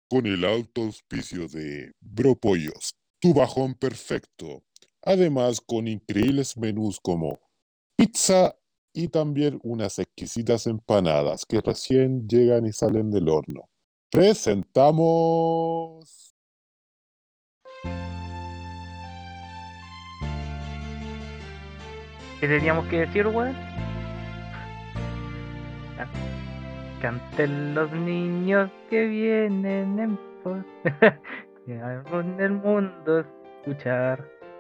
con el alto auspicio de Bropollos, tu bajón perfecto. Además, con increíbles menús como pizza y también unas exquisitas empanadas que recién llegan y salen del horno. Presentamos... ¿Qué teníamos que decir, weón? Ah, canten los niños que vienen en pos. Que en el mundo escuchar.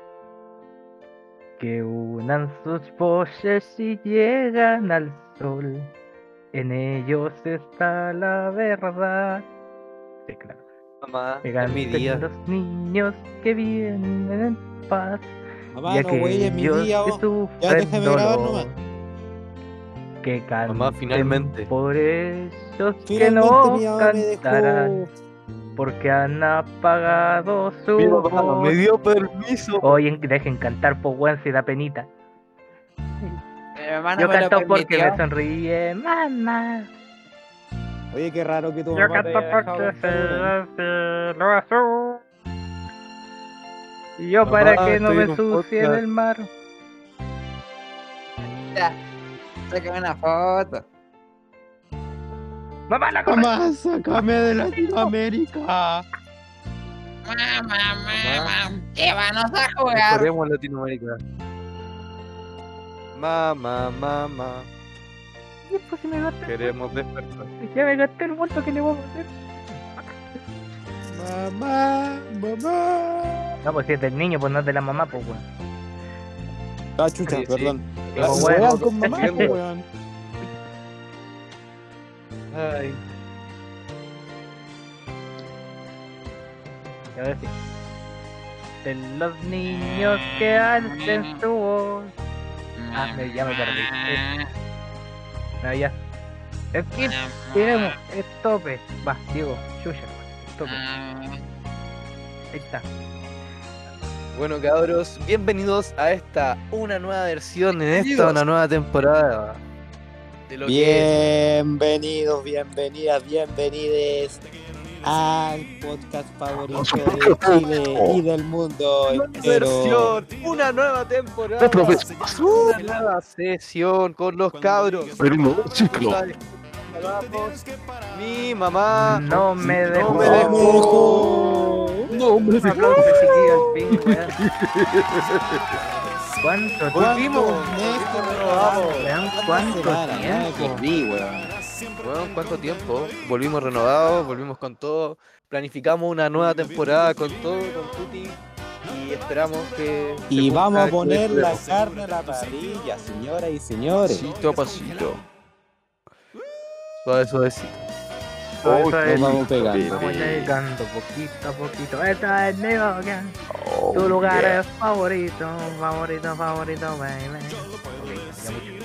Que unan sus voces y llegan al sol. En ellos está la verdad. Sí, claro. Mamá, Que es mi día. canten los niños que vienen en paz. Mamá, Y no, güey, es mi aquellos día, que oh. Ya sufren déjame grabar dolor. nomás. Que Mamá, canten finalmente. por esos que Finalmente mi no mamá me cantarán, dejó. porque han apagado Mi su mamá me voz. dio permiso. Oye, dejen cantar, po weón, si da penita. Mi mamá no Yo me lo canto porque me permitió. sonríe mamá. Oye, qué raro que tu Yo mamá te canto haya dejado porque cantar, weón. se el cielo azul. Y yo para Mamá, que no estoy me en un ensucie en podcast. el mar. Ya, sácame una foto. ¡Mamá, la corre! Mamá, sácame de Latinoamérica. Mamá, Llévanos a jugar. mejoremos Latinoamérica. Mamá, Y pues si me gasté el queremos despertar. muerto. Ya me gasté el muerto que le vamos a hacer. Mamá. No, pues si es del niño, pues no es de la mamá, pues weón. Ah, chucha, Sí, sí. perdón. Digo, Ah, bueno. Weón con mamá, Entiendo. weón. Ay, Ya ves, sí. De los niños que alcen su voz. Ah, ya me perdí. No, ya. Skip, tiremos, estope. Va, digo, chucha, estope. Ahí está. bueno, cabros, bienvenidos a una nueva versión una nueva temporada de lo que Bienvenidos, bienvenidas, bienvenides al podcast favorito de Chile y del mundo es entero. una nueva temporada, una nueva sesión con los cabros. ciclo. Mi mamá No me dejó. me dejó. No, hombre, Un aplauso, chiquillo, al fin, weón. ¿Cuánto Volvimos. Weón, ¿cuánto tiempo? Bueno, ¿cuánto tiempo? Volvimos renovados, volvimos con todo, planificamos una nueva temporada con todo, con Tuti, y esperamos que se Y cumpla vamos a este poner la deseo. carne a la parrilla, señoras y señores. Pasito a pasito. Suave, suavecito. Eso Nos es. vamos pegando. Vamos llegando poquito a poquito. Esta es New York, tu lugar es favorito, favorito, baby. Ok, ya mucho.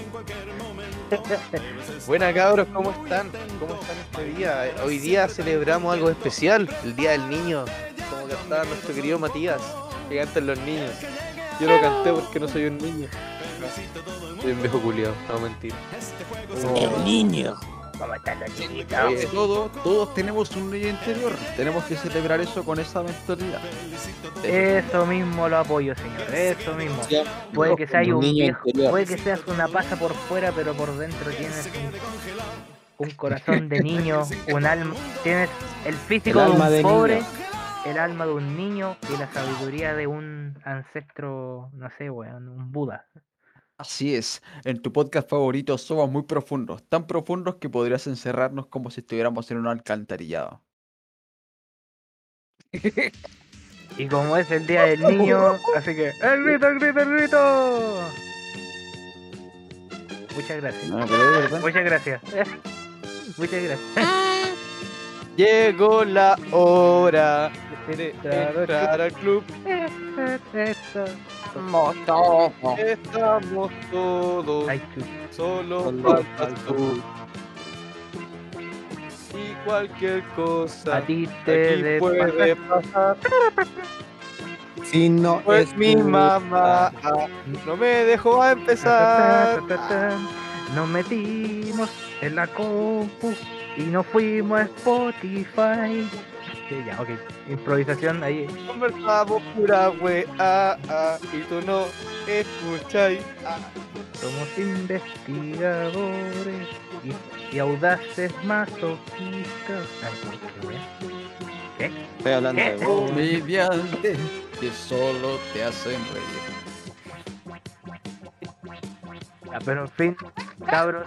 Buenas cabros, ¿cómo están? ¿Cómo están este día? Hoy día celebramos algo especial, el Día del Niño, como cantaba nuestro querido Matías, que cantan los niños. Yo lo canté porque no soy un niño. Soy un viejo culiao, no mentira. El niño. ¿Cómo están los chiquitos? Oye, Todos tenemos un niño interior. Tenemos que celebrar eso con esa mentalidad. Eso mismo lo apoyo, señor. Eso mismo. Puede que seas Un un niño viejo, interior. puede que seas una pasa por fuera, pero por dentro tienes un corazón de niño, un alma, tienes el físico El de alma un de pobre, niño. el alma de un niño y la sabiduría de un ancestro, no sé, weón, un Buda. Así es. En tu podcast favorito somos muy profundos. Tan profundos que podrías encerrarnos como si estuviéramos en un alcantarillado. Y como es el día del niño, así que ¡el grito, el grito, el grito! Muchas gracias. No, pero es verdad. Muchas gracias. Muchas gracias. llegó la hora de entrar al club. Estamos todos, Ay, chucha. solo faltas tú. Y cualquier cosa A ti te aquí de puede pasar. Si no Pues es mi tu- mamá no me dejó a empezar. Nos metimos en la compu y nos fuimos a Spotify. que ya, ok. Improvisación ahí. Conversamos pura wea, y tú no escucháis. Somos investigadores y audaces masoquistas. Ay, ¿qué? Estoy hablando de vos. Comediante que solo te hacen reír. Ya, pero en fin, cabros.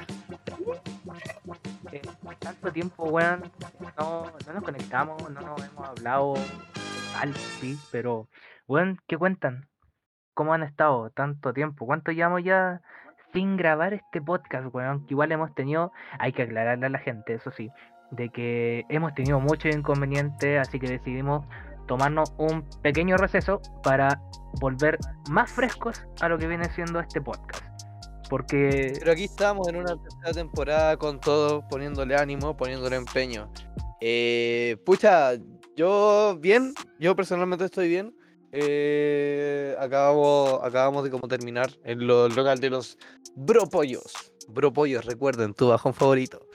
Tanto tiempo, weón. No nos conectamos, no nos hemos hablado. Tal, sí, pero, weón, ¿qué cuentan? ¿Cómo han estado tanto tiempo? ¿Cuánto llevamos ya sin grabar este podcast, weón? Que igual hemos tenido, hay que aclararle a la gente, eso sí, de que hemos tenido muchos inconvenientes, así que decidimos tomarnos un pequeño receso para volver más frescos a lo que viene siendo este podcast. Porque Pero aquí estamos en una tercera temporada con todo, poniéndole ánimo, poniéndole empeño. Pucha, yo personalmente estoy bien. Acabamos de como terminar en el local de los Bropollos. Bropollos, recuerden, tu bajón favorito.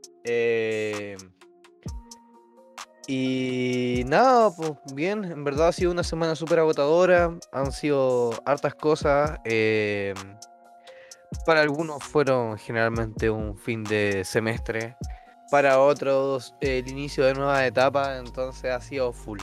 Y nada, pues bien, en verdad ha sido una semana súper agotadora, han sido hartas cosas. Para algunos fueron generalmente un fin de semestre, para otros el inicio de nueva etapa, entonces ha sido full.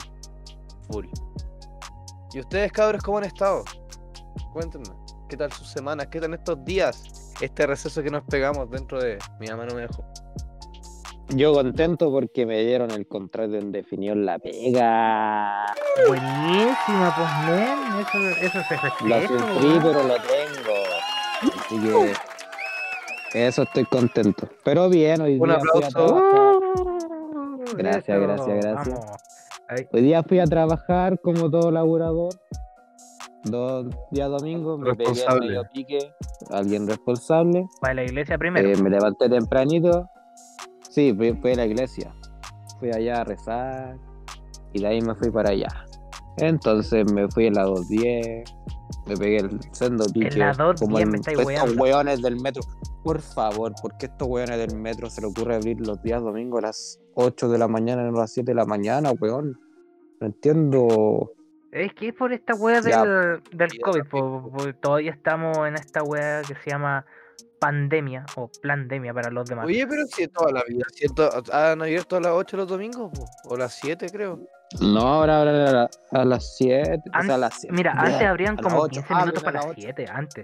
¿Y ustedes, cabros, cómo han estado? Cuéntenme, ¿qué tal sus semanas? ¿Qué tal estos días? Este receso que nos pegamos dentro de Mi mamá no me dejó. Yo contento porque me dieron el contrato indefinido en la pega. buenísima, pues, men, eso se Lo festeja, sufrí, weón. pero lo tengo. Así que eso estoy contento. Pero bien, hoy Un día fui a aplauso. trabajar. Gracias, Eso, gracias. vamos. Ahí, Hoy día fui a trabajar como todo laborador. Día domingo me pegué el Responsable. medio pique. Alguien responsable. para la iglesia primero. Me levanté tempranito. Sí, fui a la iglesia. Fui allá a rezar. Y de ahí me fui para allá. Entonces me fui a las 2:10. Me pegué el sendo pique. las 2:10 como me estáis estos weando. hueones del metro. Por favor, ¿por qué estos hueones del metro se le ocurre abrir los días domingos a las 8 de la mañana, no a las 7 de la mañana, weón? No entiendo. Es que es por esta wea Ya. del COVID, todavía estamos en esta wea que se llama pandemia o plandemia para los demás. Oye, pero si toda la vida, ¿cierto? ¿Han abierto a las 8 los domingos? Po? O las 7, creo. No, ahora a las 7. O sea, a las 7. Mira, antes abrían a las como 8. 15 minutos Abren a para las las 8. 7, antes.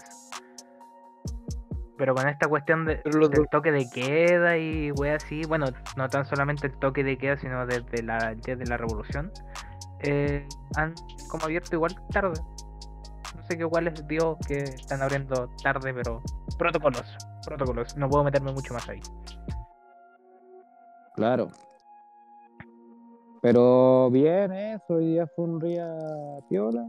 Pero con esta cuestión Pero los del toque de queda y wea así, bueno, no tan solamente el toque de queda, sino desde la revolución, han como abierto igual tarde. No sé qué igual les dio que están abriendo tarde, pero protocolos. No puedo meterme mucho más ahí. Claro. Pero bien, eso. Hoy día fue un día piola.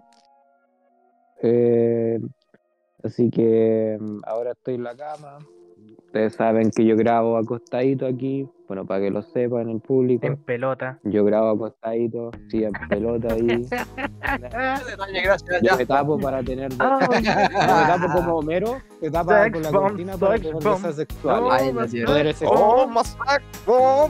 Así que ahora estoy en la cama. Ustedes saben que yo grabo acostadito aquí. Bueno, para que lo sepan el público. En pelota. Yo grabo acostadito, sí, en pelota ahí. Gracias, Yo me tapo para tener. Yo Oh, me tapo como Homero, se tapa Sex con la bomb, cortina para sex tener bomb. cosas sexuales. No, Ay, no, así es. Poderes ¡Oh, masacro!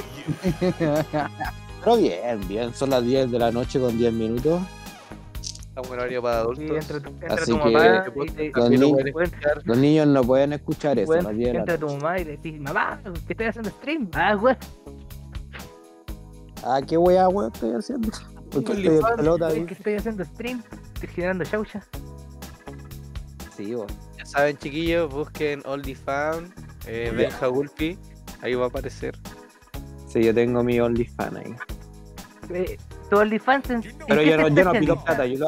Pero bien, son las 10 de la noche con 10 minutos. Está buen horario para y adultos. entre Así tu que mamá que y te- también lo ni- pueden bueno, escuchar. Los niños no pueden escuchar eso, bueno, las 10 de la entre tu noche. mamá y le decís, mamá, que estoy haciendo stream. Ah, güey. Ah, qué wea, weón, estoy haciendo. Porque estoy en pelota Es ahí. que estoy haciendo stream. Estoy generando chaucha. Sí, weón. Ya saben, chiquillos, busquen OnlyFans, Benja Gulpi, ahí va a aparecer. Sí, yo tengo mi OnlyFans ahí. Tu OnlyFans en Pero ¿en qué yo no se pido especializa? plata, yo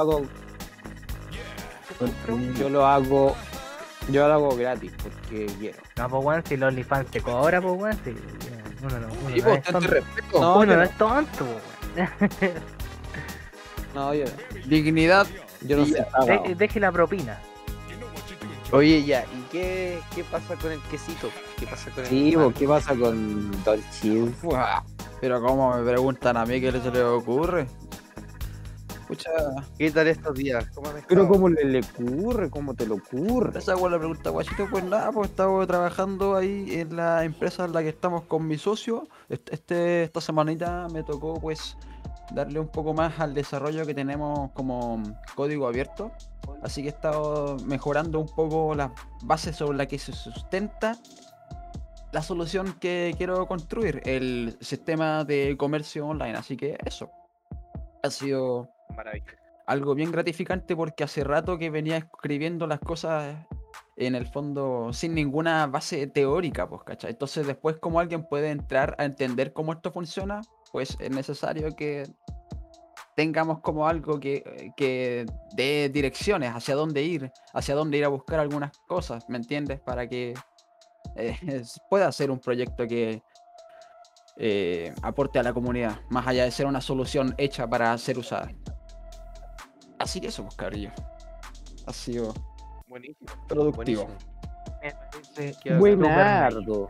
lo hago gratis porque quiero. No, pues weón, si el OnlyFans te cobra, pues weón, si uno no Sí, es pues, tonto. respeto. No, Uno yo no no. es tonto, weón. No, yo Dignidad. no sé pagado. Deje la propina. Oye, ya, ¿y qué pasa con el quesito? ¿Qué pasa con el Sí, pan? pues, ¿qué pasa con Don Cheese? Pero como me preguntan a mí qué se les ocurre. Pucha, ¿Qué tal estos días? ¿Cómo han Pero estado? ¿cómo le ocurre? ¿Cómo te lo ocurre? esa fue la pregunta, guachito. Pues nada, pues estaba trabajando ahí en la empresa en la que estamos con mi socio. Esta semanita me tocó pues darle un poco más al desarrollo que tenemos como código abierto. Así que he estado mejorando un poco las bases sobre las que se sustenta la solución que quiero construir, el sistema de comercio online. Así que eso ha sido Maravilloso. algo bien gratificante porque hace rato que venía escribiendo las cosas en el fondo sin ninguna base teórica, pues, ¿cachai? Entonces después como alguien puede entrar a entender cómo esto funciona, pues es necesario que tengamos como algo que dé direcciones hacia dónde ir a buscar algunas cosas, ¿me entiendes? Para que pueda ser un proyecto que aporte a la comunidad, más allá de ser una solución hecha para ser usada. Así que eso, pues, cabrillo. Ha sido Buenísimo. productivo. Buenísimo. Me parece Qué bacán. Buenardo.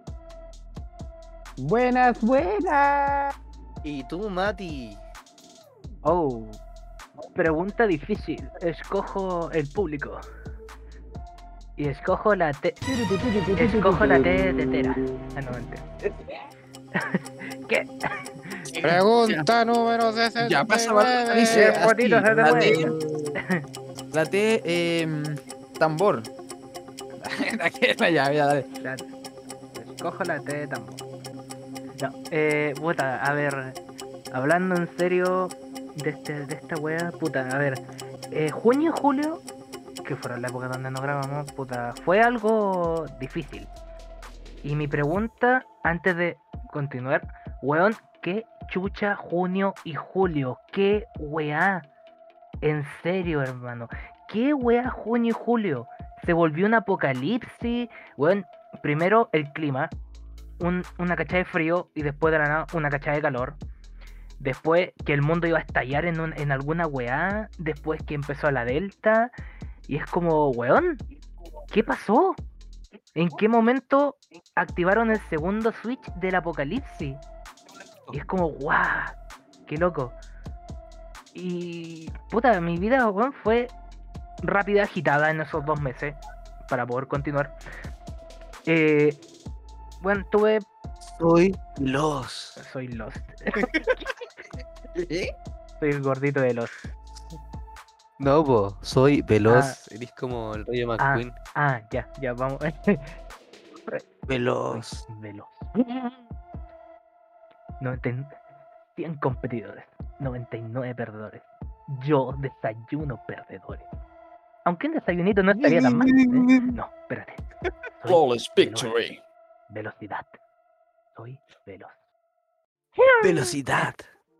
Buenas, buenas. ¿Y tú, Mati? Oh, pregunta difícil. Escojo el público. Y escojo la T. Escojo la T de Tera. Ah, no, mentira. ¿Qué? Pregunta número 69. Ya pasa, dice Qué bonito así, se te la mueve. T, la T, tambor. Ya, dale. Escojo la T de tambor. No, puta, a ver. Hablando en serio de esta wea, puta, a ver. Junio y julio, que fueron la época donde nos grabamos, puta, fue algo difícil. Y mi pregunta, antes de continuar, weón, ¿qué chucha junio y julio? ¿Qué weá? En serio, hermano. ¿Qué weá junio y julio? Se volvió un apocalipsis. Weón, primero el clima, una cachada de frío y después de la nada una cachada de calor. Después que el mundo iba a estallar en alguna weá. Después que empezó la delta. Y es como, weón, ¿qué pasó? ¿En qué momento activaron el segundo switch del apocalipsis? Y es como, guau, qué loco. Y puta, mi vida, weón, fue rápida, agitada en esos 2 meses para poder continuar. Bueno, tuve. Soy Los. Soy Lost. Soy el gordito de Lost. No, po, soy Veloz. Eres como el Rayo McQueen. Ya, vamos. Veloz. Veloz. 100 competidores, 99 perdedores. Yo desayuno perdedores. Aunque un desayunito no estaría tan mal. No, espérate. Soy Flawless veloz. victory. Velocidad. Soy veloz. Velocidad.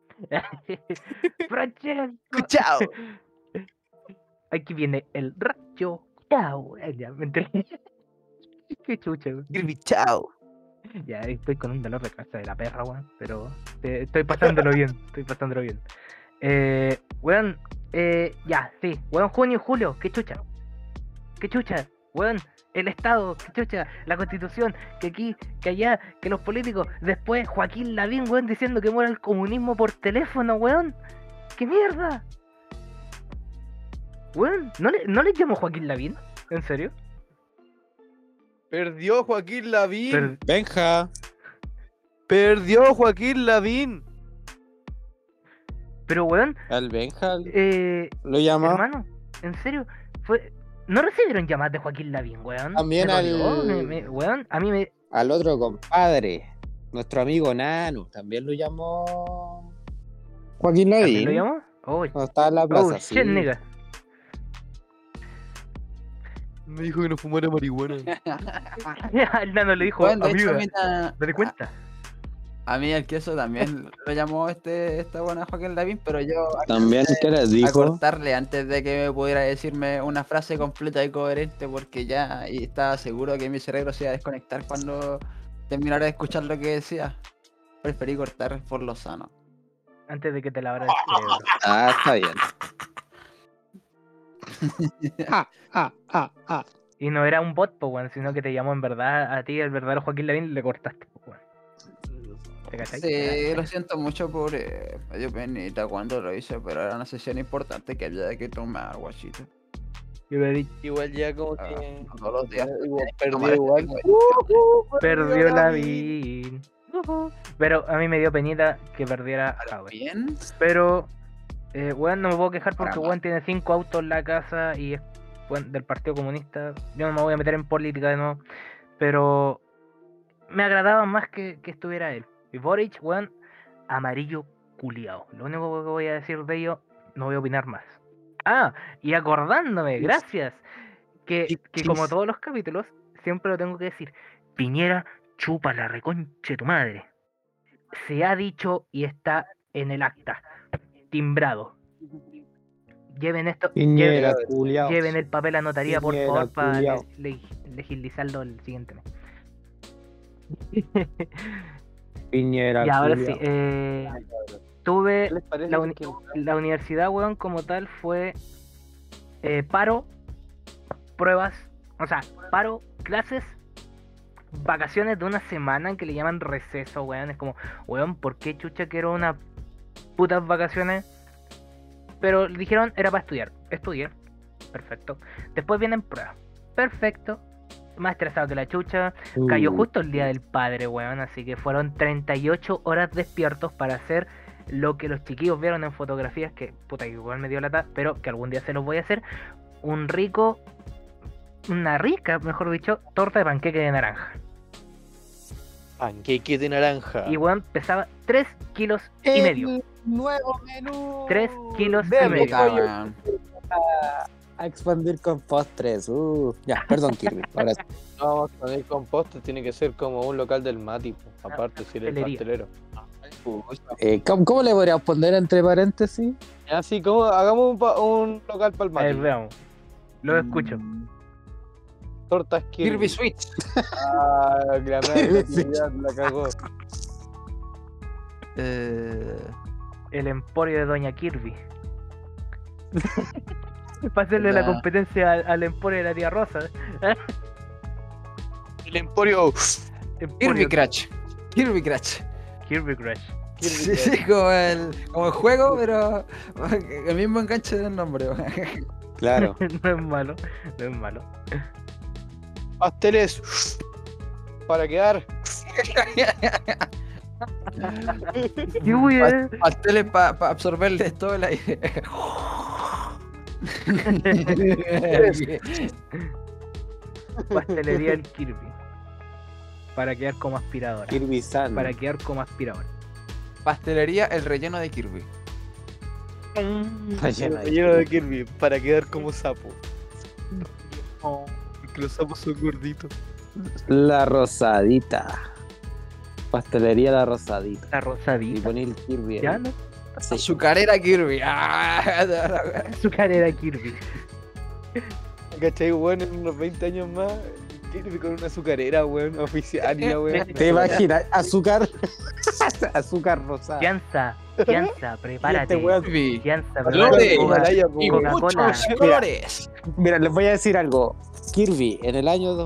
Francesco. Chao. Aquí viene el rayo. Chao. Ya, me enteré. Qué chucha, weón. Kirby, chao. Ya estoy con un dolor de cabeza de la perra, weón. Pero estoy pasándolo bien. Estoy pasándolo bien. Weón, ya, sí. Weón, junio y julio. Qué chucha. Qué chucha. Weón, el Estado. Qué chucha. La Constitución. Que aquí, que allá. Que los políticos. Después Joaquín Lavín, weón, diciendo que muera el comunismo por teléfono, weón. ¡Qué mierda! Weón, ¿no le llamo Joaquín Lavín? ¿En serio? Perdió Joaquín Lavín. Pero, Benja. Perdió Joaquín Lavín. pero weón, Al Benja lo hermano, ¿en serio? ¿No recibieron llamadas de Joaquín Lavín, weón? También ¿Me lo al- dio? Weón, a mí me... al otro compadre, nuestro amigo Nano, también lo llamó Joaquín ¿También lo Lavín. llamó? Oh, Cuando estaba en la plaza, oh sí. shit, nigga. Me dijo que no fumara marihuana. El nano le dijo, Bueno, de hecho, amiga, date cuenta. a mí el queso también lo llamó esta buena Joaquín Lavín, pero yo También, ¿qué les a dijo? cortarle antes de que me pudiera decirme una frase completa y coherente, porque ya y estaba seguro que mi cerebro se iba a desconectar cuando terminara de escuchar lo que decía. Preferí cortar por lo sano. Antes de que te lavara el cerebro. Ah, está bien. Y no era un bot, po, weón, sino que te llamó en verdad a ti, el verdadero Joaquín Lavín, le cortaste, po, weón. ¿Te cachai? Sí, lo siento mucho por me dio penita cuando lo hice, pero era una sesión importante que había que tomar, guachito. Yo le he dicho, Igual ya como Ah, que. no todos los días. Igual Tomar perdió este igual. tipo de perdió la vida. Pero a mí me dio penita que perdiera a decisiones. Howard. Bien. Pero, weón, no me puedo quejar porque Para weón tiene 5 autos en la casa y es weón, del Partido Comunista. Yo no me voy a meter en política de nuevo. Pero me agradaba más que estuviera él. Y Boric, weón, amarillo culiao. Lo único que voy a decir de ello, no voy a opinar más. Ah, y acordándome, gracias, que como todos los capítulos, siempre lo tengo que decir. Piñera, chupa la reconche tu madre. Se ha dicho y está en el acta, timbrado. Lleven esto, Piñera, culiao. lleven el papel a notaría, por Piñera, favor, para culiao. legislizarlo el siguiente mes. Piñera, Y ahora culiao. sí, tuve ¿Qué les parece la, uni- que- la universidad, weón, como tal, fue paro, pruebas, o sea, paro, clases, vacaciones de una semana que le llaman receso, weón. Es como, weón, ¿por qué chucha quiero unas putas vacaciones? Pero dijeron, era para estudiar. Estudié, perfecto. Después vienen pruebas, perfecto. Más estresado que la chucha. Cayó justo el día del padre, weón. Así que fueron 38 horas despiertos para hacer lo que los chiquillos vieron en fotografías. Que puta, que igual me dio lata, pero que algún día se los voy a hacer. Una rica, mejor dicho, torta de panqueque de naranja. Panqueque de naranja. Y weón pesaba 3 kilos y medio. Nuevo menú. 3 kilos de y medio. Puta, weón. A expandir con postres. Ya, perdón, Kirby. Ahora sí. No, con el composto tiene que ser como un local del Mati, po. Aparte, si eres pastelería. pastelero. ¿Cómo le podríamos poner entre paréntesis? Así como hagamos un local para el A ver, Mati. veamos. Lo escucho. Tortas Kirby Switch. Ah, la creatividad la cagó. El emporio de Doña Kirby. Para hacerle la Ya. competencia al emporio de la tía Rosa. El Emporio. Kirby Emporio Crash. Kirby Crash. Kirby Crush. Sí, sí, como el juego, pero el mismo enganche del nombre. weón. Claro. No es malo, no es malo. Pasteles. Para quedar. ¿Qué wea? Pasteles para absorberle todo el aire. Pastelería el Kirby. Para quedar como aspiradora. Kirby San. Para quedar como aspiradora. Pastelería el relleno de Kirby. Está lleno de Relleno de Kirby. Para quedar como sapo. Porque los sapos son gorditos. La rosadita. Pastelería La Rosadita. La Y rosadita. poní el Kirby ahí. ¿Ya no? Sí. Azucarera Kirby. Ah, Su cara era Kirby. ¿Cachai, weón? En unos 20 años más. Kirby con una azucarera, weón. Oficialia, weón. ¿Te imaginas? Azúcar. Azúcar rosada. Fianza, fianza, prepárate. Y este weón- Kirby. Fianza, Flores. prepárate. Y Coca-Cola. muchos colores. Mira, les voy a decir algo. Kirby, en el año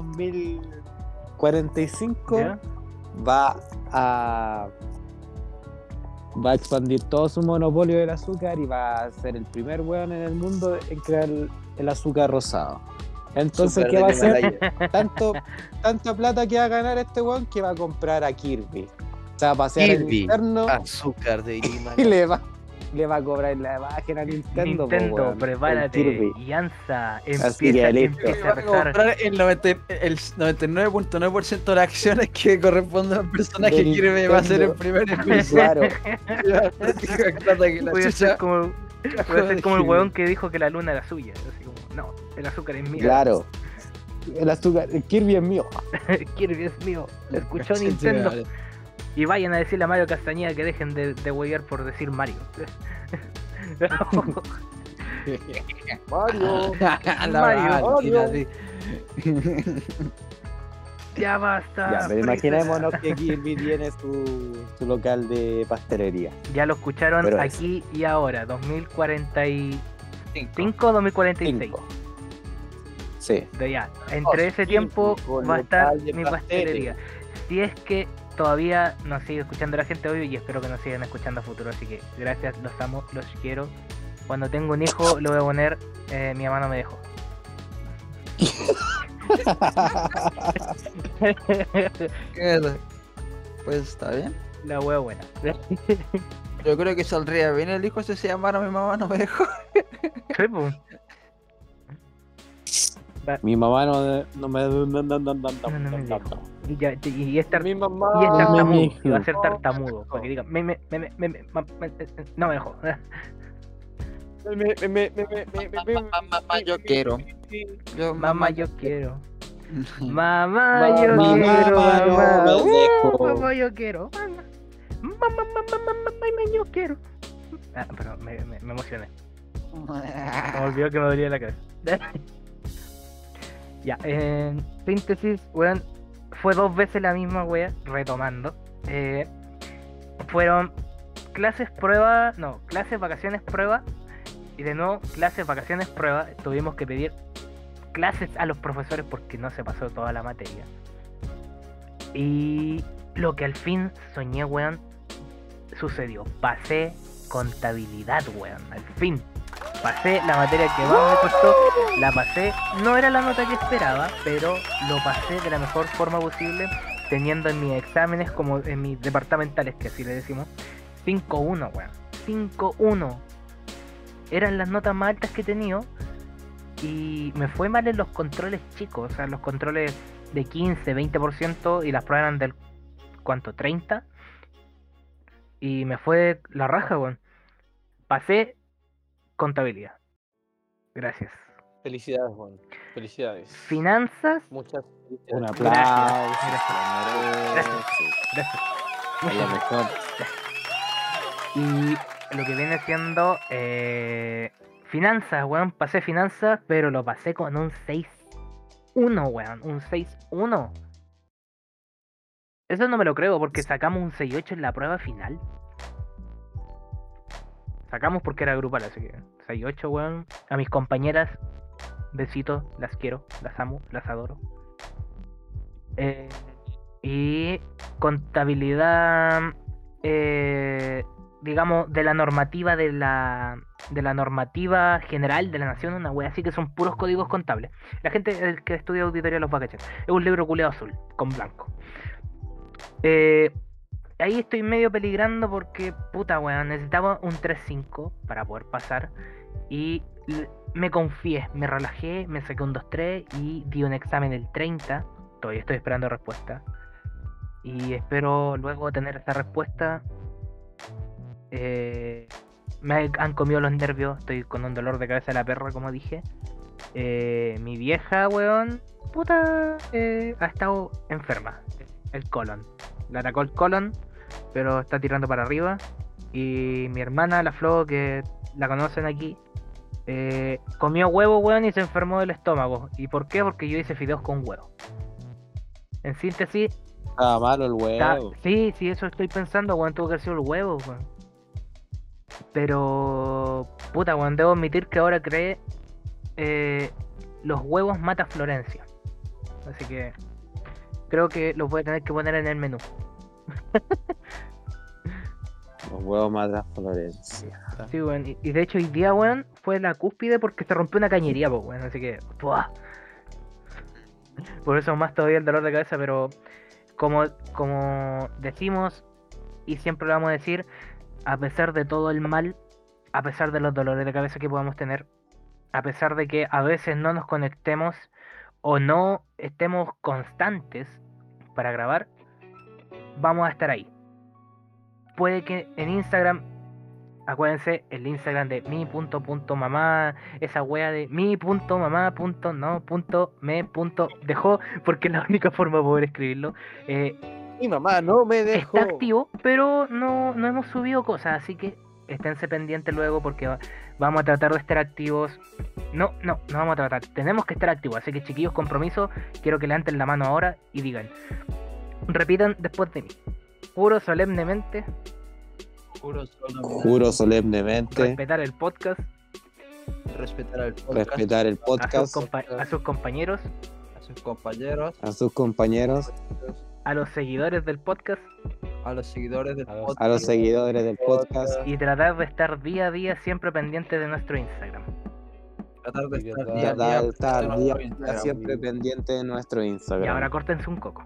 2045 ¿Ya? va a expandir todo su monopolio del azúcar y va a ser el primer weón en el mundo en crear el azúcar rosado. Entonces, ¿qué va a hacer? Tanta plata que va a ganar este weón que va a comprar a Kirby. O sea, va a pasear el Kirby. interno Azúcar de Lima. y le va a cobrar la imagen a Nintendo. po, Nintendo, weón, el prepárate. Kirby. Yanza, que empieza, listo. empieza a Va a rezar. comprar el 99.9% de las acciones que corresponden al personaje De que Kirby va a ser el Nintendo. primer impulsor. Claro. Plata que la Voy a ser chucha. como, voy a ser como el huevón que dijo que la luna era suya. Así como, no, el azúcar es mío. Claro. El azúcar, el Kirby es mío. Kirby es mío. Escuchó Sí, Nintendo. vale. Y vayan a decirle a Mario Castañeda que dejen de huevear por decir Mario. Mario. La Mario. tira, sí. Ya basta. Ya, pero Freezer. imaginémonos que Kirby tiene su local de pastelería. Ya lo escucharon Pero aquí y ahora, 2045, Cinco. 2046. 5. Sí. De ya. Entre ese tiempo con va a estar local de mi pasteles. pastelería. Si es que todavía nos sigue escuchando la gente hoy y espero que nos sigan escuchando a futuro. Así que gracias, los amo, los quiero. Cuando tengo un hijo, lo voy a poner mi mamá no me dejó. Pues está bien. La wea buena. Yo creo que saldría bien el hijo si se llamara mi mamá no me dejó. Sí, pues. Mi mamá no me... Y es Mi mamá. tartamudo. Y va a ser tartamudo. Para que diga, no me dejó. Mamá, yo quiero. Mamá, yo quiero. Mamá, yo Mi quiero. mamá no Mamá, me dejó. mamá, yo quiero. Mamá, yo quiero. Ah, pero me emocioné. Me olvidó que me dolía la cabeza. Ya, en síntesis, weón, fue 2 veces la misma wea, retomando. Fueron clases prueba, no, clases vacaciones prueba. Y de nuevo, clases vacaciones prueba. Tuvimos que pedir clases a los profesores porque no se pasó toda la materia. Y lo que al fin soñé, weón, sucedió. Pasé contabilidad, weón, al fin. Pasé la materia que más me costó, la pasé. No era la nota que esperaba, pero lo pasé de la mejor forma posible, teniendo en mis exámenes, como en mis departamentales, que así le decimos, 5-1, weón. 5-1. Eran las notas más altas que he tenido. Y me fue mal en los controles chicos, o sea, los controles de 15, 20% y las pruebas eran del, ¿cuánto? 30. Y me fue la raja, weón. Pasé contabilidad. Gracias. Felicidades, Juan. Felicidades. Finanzas. Muchas Un felicidades. aplauso. Gracias. Gracias. Es lo mejor. Y lo que viene siendo finanzas, weón. Pasé finanzas, pero lo pasé con un 6-1, weón. Un 6-1. Eso no me lo creo porque sacamos un 6-8 en la prueba final. Sacamos porque era grupal, así que 6-8, weón. A mis compañeras, besitos, las quiero, las amo, las adoro. Y contabilidad, digamos, de la normativa general de la nación, una wea así que son puros códigos contables. La gente que estudia auditoría los va a cachar. Es un libro culeado azul, con blanco. Ahí estoy medio peligrando porque, puta weón, necesitaba un 3-5 para poder pasar. Y me confié, me relajé, me saqué un 2-3 y di un examen el 30. Todavía estoy esperando respuesta. Y espero luego tener esa respuesta. Me han comido los nervios, estoy con un dolor de cabeza de la perra, como dije. Mi vieja, weón, puta, ha estado enferma. El colon. Le atacó el colon, pero está tirando para arriba. Y mi hermana, la Flo, que la conocen aquí, comió huevo, weón, y se enfermó del estómago. ¿Y por qué? Porque yo hice fideos con huevo. En síntesis, Estaba malo el huevo. sí, eso estoy pensando, weón, tuvo que haber sido el huevo, weón. Pero, puta, weón, debo admitir que ahora cree los huevos mata Florencia. Así que creo que los voy a tener que poner en el menú. Los huevos matan Florencia. Sí, weón. Y de hecho hoy día, weón, fue la cúspide porque se rompió una cañería, pues, weón. Así que, ¡buah! Por eso más todavía el dolor de cabeza, pero como decimos y siempre lo vamos a decir, a pesar de todo el mal, a pesar de los dolores de cabeza que podamos tener, a pesar de que a veces no nos conectemos o no estemos constantes para grabar, vamos a estar ahí. Puede que en Instagram, acuérdense, el Instagram de mi.mamá, esa wea de mi.mamá.no.me.dejó, porque es la única forma de poder escribirlo. Mi mamá no me dejó. Está activo, pero no hemos subido cosas, así que esténse pendientes luego porque vamos a tratar de estar activos. No vamos a tratar, tenemos que estar activos, así que chiquillos, compromiso, quiero que levanten la mano ahora y digan, repitan después de mí, juro solemnemente Juro solemnemente respetar el podcast, Respetar al podcast, respetar el podcast, a sus compañeros, a sus compañeros, a sus compañeros a los seguidores del podcast A los seguidores del podcast. A los seguidores del podcast. y tratar de estar día a día siempre pendientes de nuestro Instagram. Tratar de estar Ya, día a Estar día estar en día nuestro Instagram. siempre pendiente de nuestro Y Instagram. ahora córtense un coco.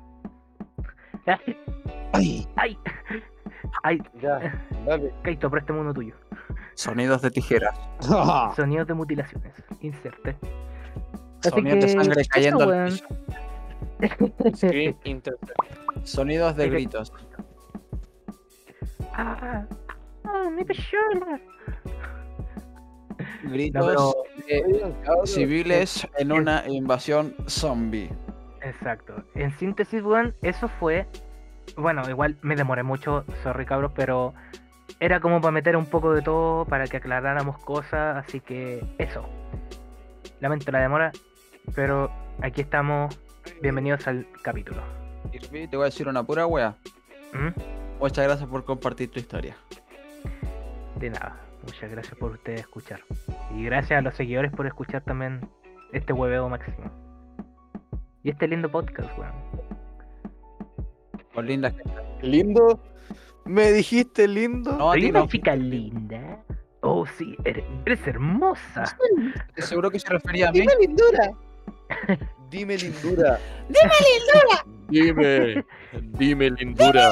¡Ay! ¡Ay! ¡Ay! Ya, dale. Kaito, préstame uno tuyo. Sonidos de tijeras. Sonidos de mutilaciones. Inserte. Así Sonidos de sangre eso, cayendo al weón. piso. Screen intercept. Sonidos de Ese- gritos. ¡Ah! ¡Ah, mi pistola! Gritos No, de Oigan, cabros, civiles en una invasión zombie. Exacto. En síntesis, weón, eso fue. Bueno, igual me demoré mucho, sorry cabros, pero era como para meter un poco de todo, para que aclaráramos cosas, así que eso. Lamento la demora, pero aquí estamos. Bienvenidos al capítulo. Kirby, te voy a decir una pura wea. ¿Mm? Muchas gracias por compartir tu historia. De nada. Muchas gracias por ustedes escuchar. Y gracias a los seguidores por escuchar también este hueveo máximo. Y este lindo podcast, weón. Con lindas. Lindo. ¿Me dijiste lindo? No, a Soy ti una no. chica linda. Oh, sí, eres hermosa. Estoy seguro que se refería a mí. lindura. Dime lindura. Dime lindura.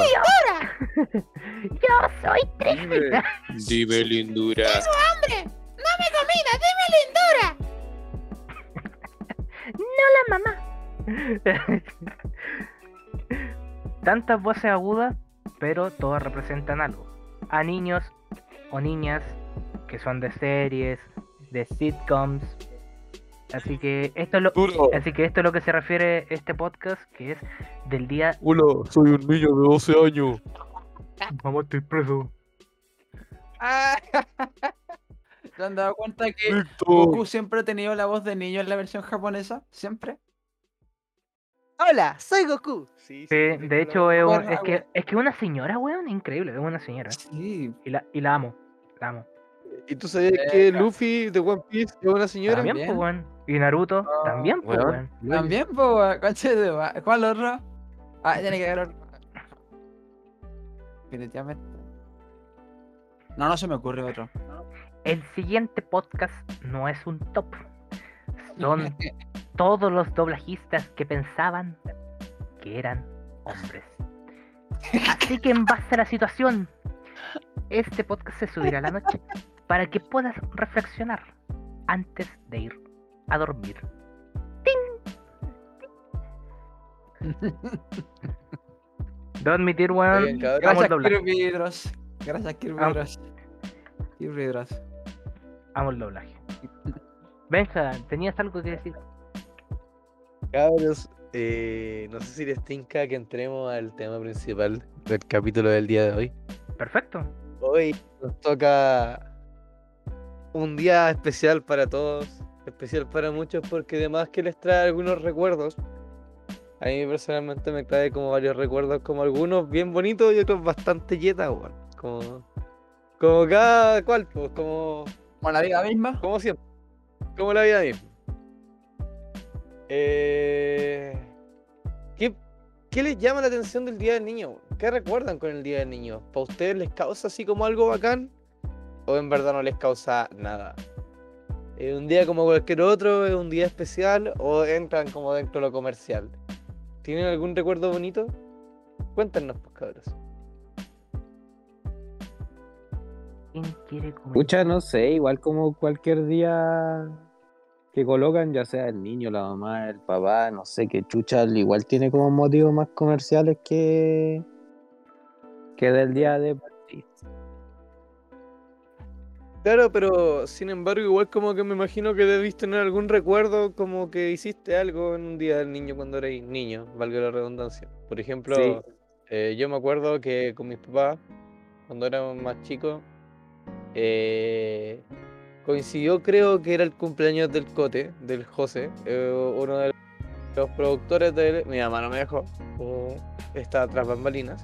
Yo soy Dime. Dime lindura. la mamá. Tantas voces agudas, pero todas representan algo. A niños o niñas que son de series, de sitcoms. Así que esto es lo, esto es lo que se refiere este podcast, que es del día. Hola, soy un niño de 12 años. Mamá, estoy preso. ¿Se han dado cuenta que Víctor. Goku siempre ha tenido la voz de niño en la versión japonesa? ¿Siempre? Hola, soy Goku. Sí, Sí, de hecho Bueno, es que una señora, weón, increíble, es una señora. Sí. Y la amo, la amo. ¿Y tú sabías que Luffy de One Piece es una señora? También, pues, weón. Y Naruto, también, pues, weón. weón. También, po, conche de ¿cuál otro? Ah, tiene que haber otro. Definitivamente. No se me ocurre otro. El siguiente podcast no es un top. Son todos los doblajistas que pensaban que eran hombres. Así que en base a la situación, este podcast se subirá a la noche para que puedas reflexionar antes de ir a dormir. Debo admitir, weón, Oigan, cabrón. amo el Gracias, doblaje. Kirby Dross. Gracias, Kirby Ah. Dross. Kirby Dross. Amo el doblaje. Benja, ¿tenías algo que decir? Cabros, no sé si les tinca que entremos al tema principal del capítulo del día de hoy. Perfecto. Hoy nos toca un día especial para todos, especial para muchos porque además que les trae algunos recuerdos. A mí personalmente me trae como varios recuerdos, como algunos bien bonitos y otros bastante yetas, weón. Como cada cual, pues, como Como la vida misma. siempre, como la vida misma. ¿Qué les llama la atención del Día del Niño? ¿Qué recuerdan con el Día del Niño? ¿Para ustedes les causa así como algo bacán? ¿O en verdad no les causa nada? ¿Es un día como cualquier otro? ¿Es un día especial? ¿O entran como dentro de lo comercial? ¿Tienen algún recuerdo bonito? Cuéntenos, pues, cabros. ¿Quién quiere comer? Pucha, no sé, igual como cualquier día que colocan, ya sea el niño, la mamá, el papá, no sé qué chucha, igual tiene como motivos más comerciales que del día de partir. Claro, pero sin embargo, igual como que me imagino que debís tener algún recuerdo como que hiciste algo en un día del niño cuando erais niño, valga la redundancia. Por ejemplo, yo me acuerdo que con mis papás, cuando éramos más chicos, coincidió, creo que era el cumpleaños del Cote, del José, uno de los productores de... Mi mamá no me dejó, está tras bambalinas.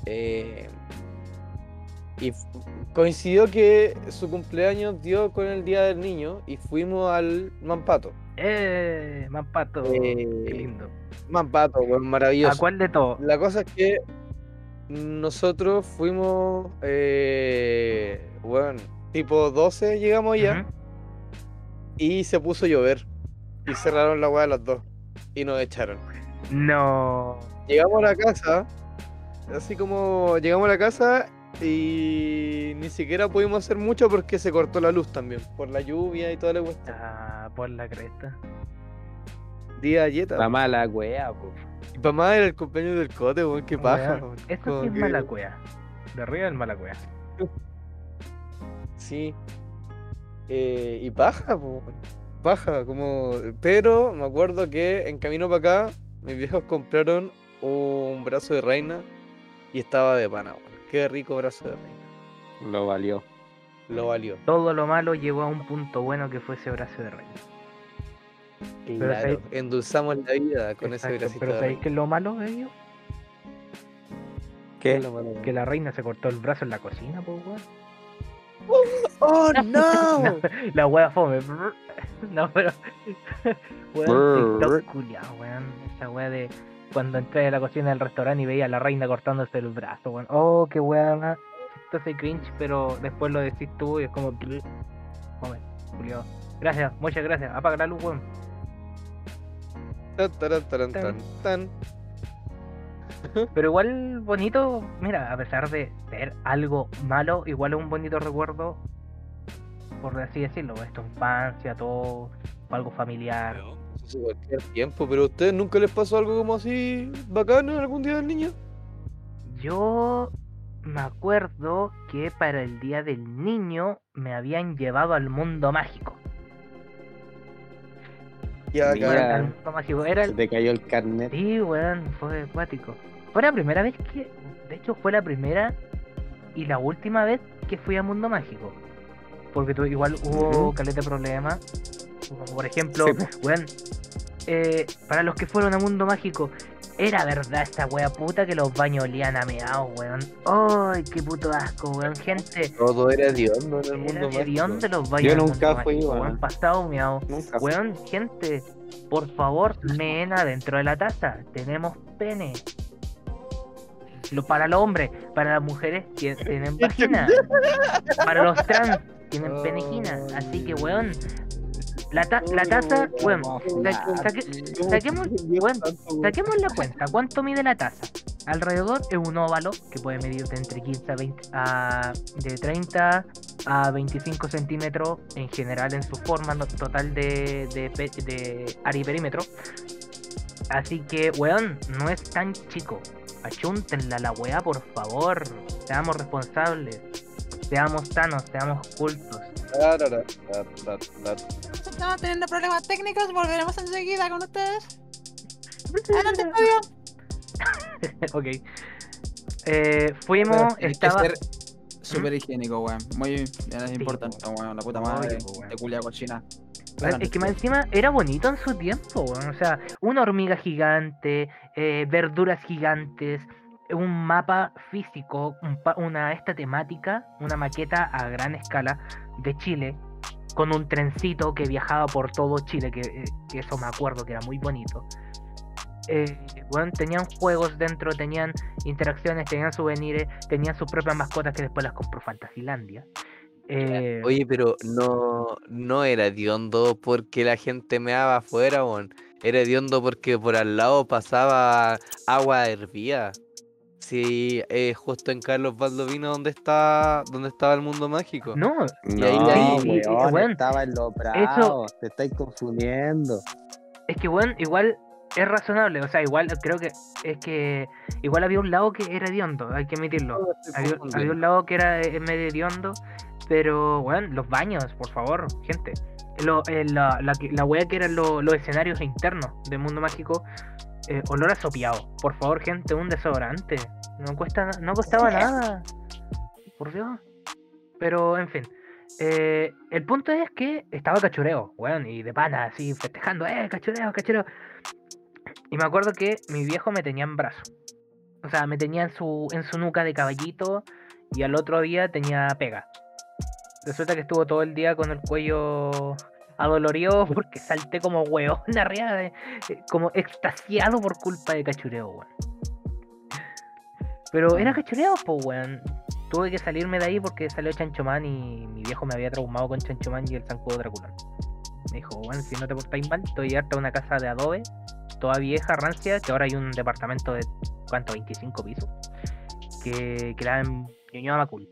Coincidió que su cumpleaños dio con el Día del Niño y fuimos al Mampato. Mampato, qué lindo. Mampato, weón, ¿A maravilloso. cuál de todos? La cosa es que nosotros fuimos, bueno, tipo 12 llegamos ya Ujú. y se puso a llover y cerraron la weá a las 2 y nos echaron. No. Llegamos a la casa, así como llegamos a la casa y ni siquiera pudimos hacer mucho porque se cortó la luz también, por la lluvia y toda la cuestión. Ah, por la cresta. Día Yeta. La mala wea, po. Y para más era el cumpleaños del Cote, weón, qué paja. Weón, weón. eso Como sí es que- mala cueva. De arriba del mala cueva. Sí. Y paja, po, paja, como. Pero me acuerdo que en camino para acá, mis viejos compraron un brazo de reina y estaba de pana, weón. Qué rico brazo de reina. Lo valió. Lo valió. Todo lo malo llegó a un punto bueno que fue ese brazo de rey. Pero Claro, endulzamos la vida con ese Exacto, bracito pero de ¿sabéis reina. qué es lo malo de ello? ¿Qué ¿Qué? es lo malo? Que la reina se cortó el brazo en la cocina, pues weón. ¡Oh, no! La wea fome. No, pero. Weón, TikTok culiao, weón. Esa wea de cuando entré a la cocina del restaurante y veía a la reina cortándose el brazo, weón. Oh, qué wea más. Esto es cringe, pero después lo decís tú y es como. Fome, culiao. Gracias, muchas gracias. Apaga la luz, weón. Tan, taran, taran, tan, tan. Pero igual bonito, mira, a pesar de ser algo malo, igual es un bonito recuerdo, por así decirlo, es tu infancia, todo, o algo familiar. Hace cualquier tiempo, pero a ustedes nunca les pasó algo como así bacano algún día del niño. Yo me acuerdo que para el Día del Niño me habían llevado al mundo mágico. Ya, Mira. Weón, al mundo mágico. Era Se el... te cayó el carnet. Sí, weón, fue acuático. Fue la primera vez que, de hecho fue la primera y la última vez que fui a Mundo Mágico. Porque igual hubo Ujú. caleta de problemas. Como por ejemplo, Sí, po. weón, para los que fueron a Mundo Mágico, era verdad esta wea puta que los baños olían a meao, weón. Ay, qué puto asco, weón. Gente, Todo era hediondo en el era mundo de hediondo mágico. los baños Yo del nunca Mundo fui, Mágico, weón. weón. Pasado meao. Nunca fui. Weón, gente, por favor, meen adentro de la taza. Tenemos pene. Para los hombres, para las mujeres tienen vagina. Para los trans tienen penegina. Así que, weón, la taza, weón, saquemos, weón, saquemos la cuenta. ¿Cuánto mide la taza? Alrededor es un óvalo que puede medir de entre 15 a 20, de 30 a 25 centímetros en general en su forma total de área y perímetro. Así que, weón, no es tan chico. Achúntenla la weá, por favor. Seamos responsables. Seamos sanos, seamos cultos. Estamos teniendo problemas técnicos, volveremos enseguida con ustedes. Adelante, Fabio. Ok. Fuimos, Tenés estaba. que ser súper higiénico, weón. Muy importante, weón. La puta Obvio, madre po, weón. de culia cochina. Es que más encima era bonito en su tiempo, weón. O sea, una hormiga gigante, verduras gigantes, un mapa físico, esta temática, una maqueta a gran escala de Chile, con un trencito que viajaba por todo Chile, que eso me acuerdo que era muy bonito. Bueno, tenían juegos dentro, tenían interacciones, tenían souvenirs, tenían sus propias mascotas que después las compró Fantasilandia. Oye, pero no era hediondo porque la gente meaba afuera, weón. Era hediondo porque por al lado pasaba agua hervía. Sí, justo en Carlos Baldovino donde estaba el mundo mágico. No, Y ahí- No, ahí- weón, weón, estaba en los bravos. Te estáis confundiendo. es que bueno, igual es razonable, o sea, igual creo que es que igual había un lado que era hediondo, hay que admitirlo. Había un lado que era medio hediondo, pero bueno, los baños, por favor, gente. La wea que eran los escenarios internos del mundo mágico, olor a sopiado. Por favor, gente, un desodorante. No costaba nada. Por Dios. Pero, en fin. El punto es que estaba cachureo, weón, y de pana, así, festejando, cachureo, cachureo. Y me acuerdo que mi viejo me tenía en brazo. O sea, me tenía en su nuca de caballito y al otro día tenía pega. Resulta que estuvo todo el día con el cuello adolorido porque salté como hueón arriba, como extasiado por culpa de cachureo, weón. Pero era cachureo, pues, weón. Tuve que salirme de ahí porque salió Chancho Man y mi viejo me había traumado con Chancho Man y el zancudo Drácula. Me dijo, weón, si no te portáis mal, te voy a llevarte a una casa de adobe, toda vieja, rancia, que ahora hay un departamento de, ¿cuánto? 25 pisos, que queda en Ñuñoa Macul.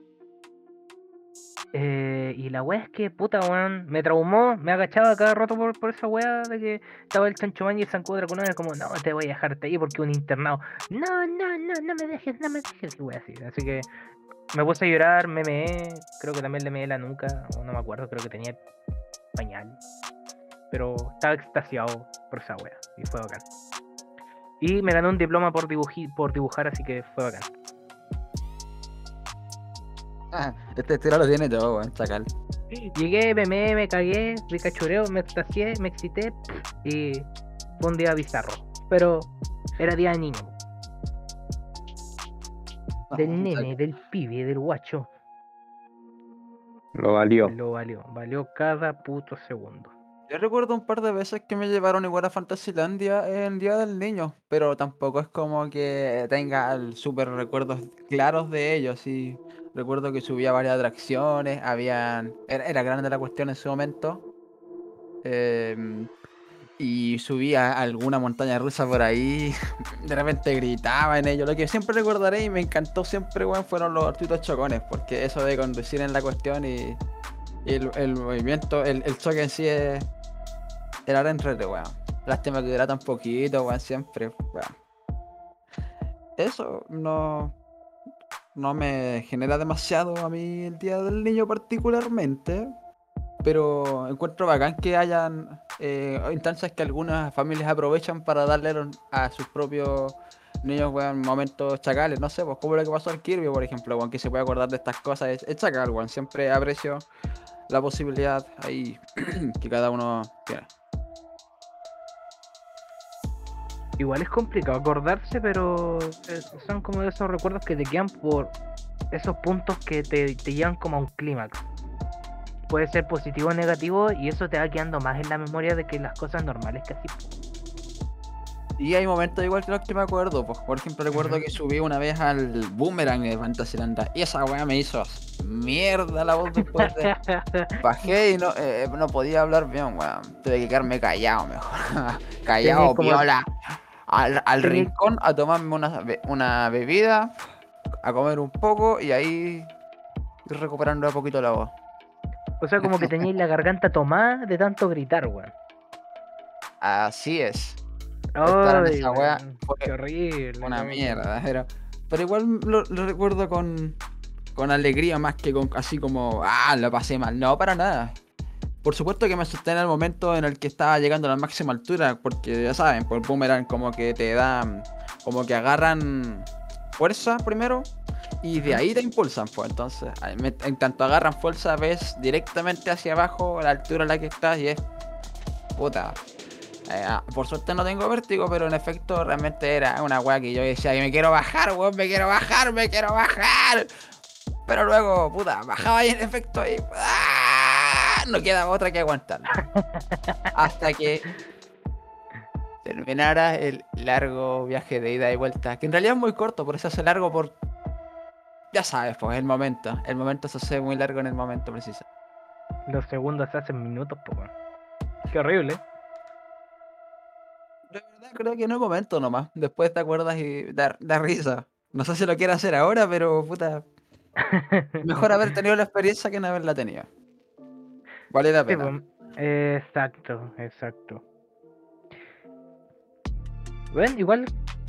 Y la wea es que, puta, weón, me traumó, me agachaba cada rato por esa wea de que estaba el Chancho Man y el zancudo Drácula. Era como, no, te voy a dejarte ahí porque un internado. No, no, no, no me dejes, no me dejes, y wea así. Así que me puse a llorar, me meé, creo que también le meé la nuca, o no me acuerdo, creo que tenía pañal. Pero estaba extasiado por esa wea y fue bacán. Y me gané un diploma por dibujar, así que fue bacán. Este estilo lo tiene todo, weón, chacal. Llegué, me cagué, vi cachureo, me extasié, me excité y fue un día bizarro. Pero era día de niño. Del nene, del pibe, del guacho. Lo valió. Lo valió cada puto segundo. Yo recuerdo un par de veces que me llevaron igual a Fantasylandia en Día del Niño, pero tampoco es como que tenga súper recuerdos claros de ellos. Sí, recuerdo que subía varias atracciones, era grande la cuestión en su momento, y subía alguna montaña rusa por ahí, de repente gritaba en ello. Lo que siempre recordaré y me encantó siempre, weón, fueron los artitos chocones, porque eso de conducir en la cuestión y el movimiento, el choque en sí era re entrete, weón. Lástima que durara tan poquito, weón, siempre, weón. Eso no me genera demasiado a mí el Día del Niño particularmente, pero encuentro bacán que hayan instancias que algunas familias aprovechan para darle a sus propios niños, weón, momentos chacales, no sé, pues como lo que pasó al Kirby, por ejemplo, weón, que se puede acordar de estas cosas, es chacal, weón, siempre aprecio la posibilidad ahí que cada uno tiene. Igual es complicado acordarse, pero son como de esos recuerdos que te quedan por esos puntos que te llevan como a un clímax. Puede ser positivo o negativo y eso te va quedando más en la memoria de que las cosas normales que así. Y hay momentos igual que los que me acuerdo, pues, por ejemplo recuerdo que subí una vez al Boomerang de Fantasylandia y esa weá me hizo mierda la voz después de... Bajé y no podía hablar bien, weón. Tuve que quedarme callado mejor. Callado, como- viola. Al Tenés- rincón a tomarme una bebida, a comer un poco y ahí ir recuperando un poquito la voz. O sea, como que teníais la garganta tomada de tanto gritar, weón. Así es. Estar en Ay, esa weá weón, fue qué horrible. una loco. mierda, pero igual lo recuerdo con alegría más que con así como, lo pasé mal. No, para nada. Por supuesto que me asusté en el momento en el que estaba llegando a la máxima altura, porque ya saben, por Boomerang como que te dan, como que agarran fuerza primero y de ahí te impulsan, pues. Entonces, en tanto agarran fuerza, ves directamente hacia abajo a la altura en la que estás y es puta. Por suerte no tengo vértigo, pero en efecto realmente era una weá que yo decía que me quiero bajar, weón, me quiero bajar. Pero luego, puta, bajaba y en efecto ahí, no quedaba otra que aguantar. Hasta que terminara el largo viaje de ida y vuelta, que en realidad es muy corto, por eso se hace largo por... Ya sabes, pues el momento se hace muy largo en el momento preciso. Los segundos se hacen minutos, po, weón. Qué horrible. De verdad creo que no es momento nomás, después te acuerdas y da risa. No sé si lo quiero hacer ahora, pero puta, mejor haber tenido la experiencia que no haberla tenido. Vale la Sí, pena. pues, exacto. Bueno, igual,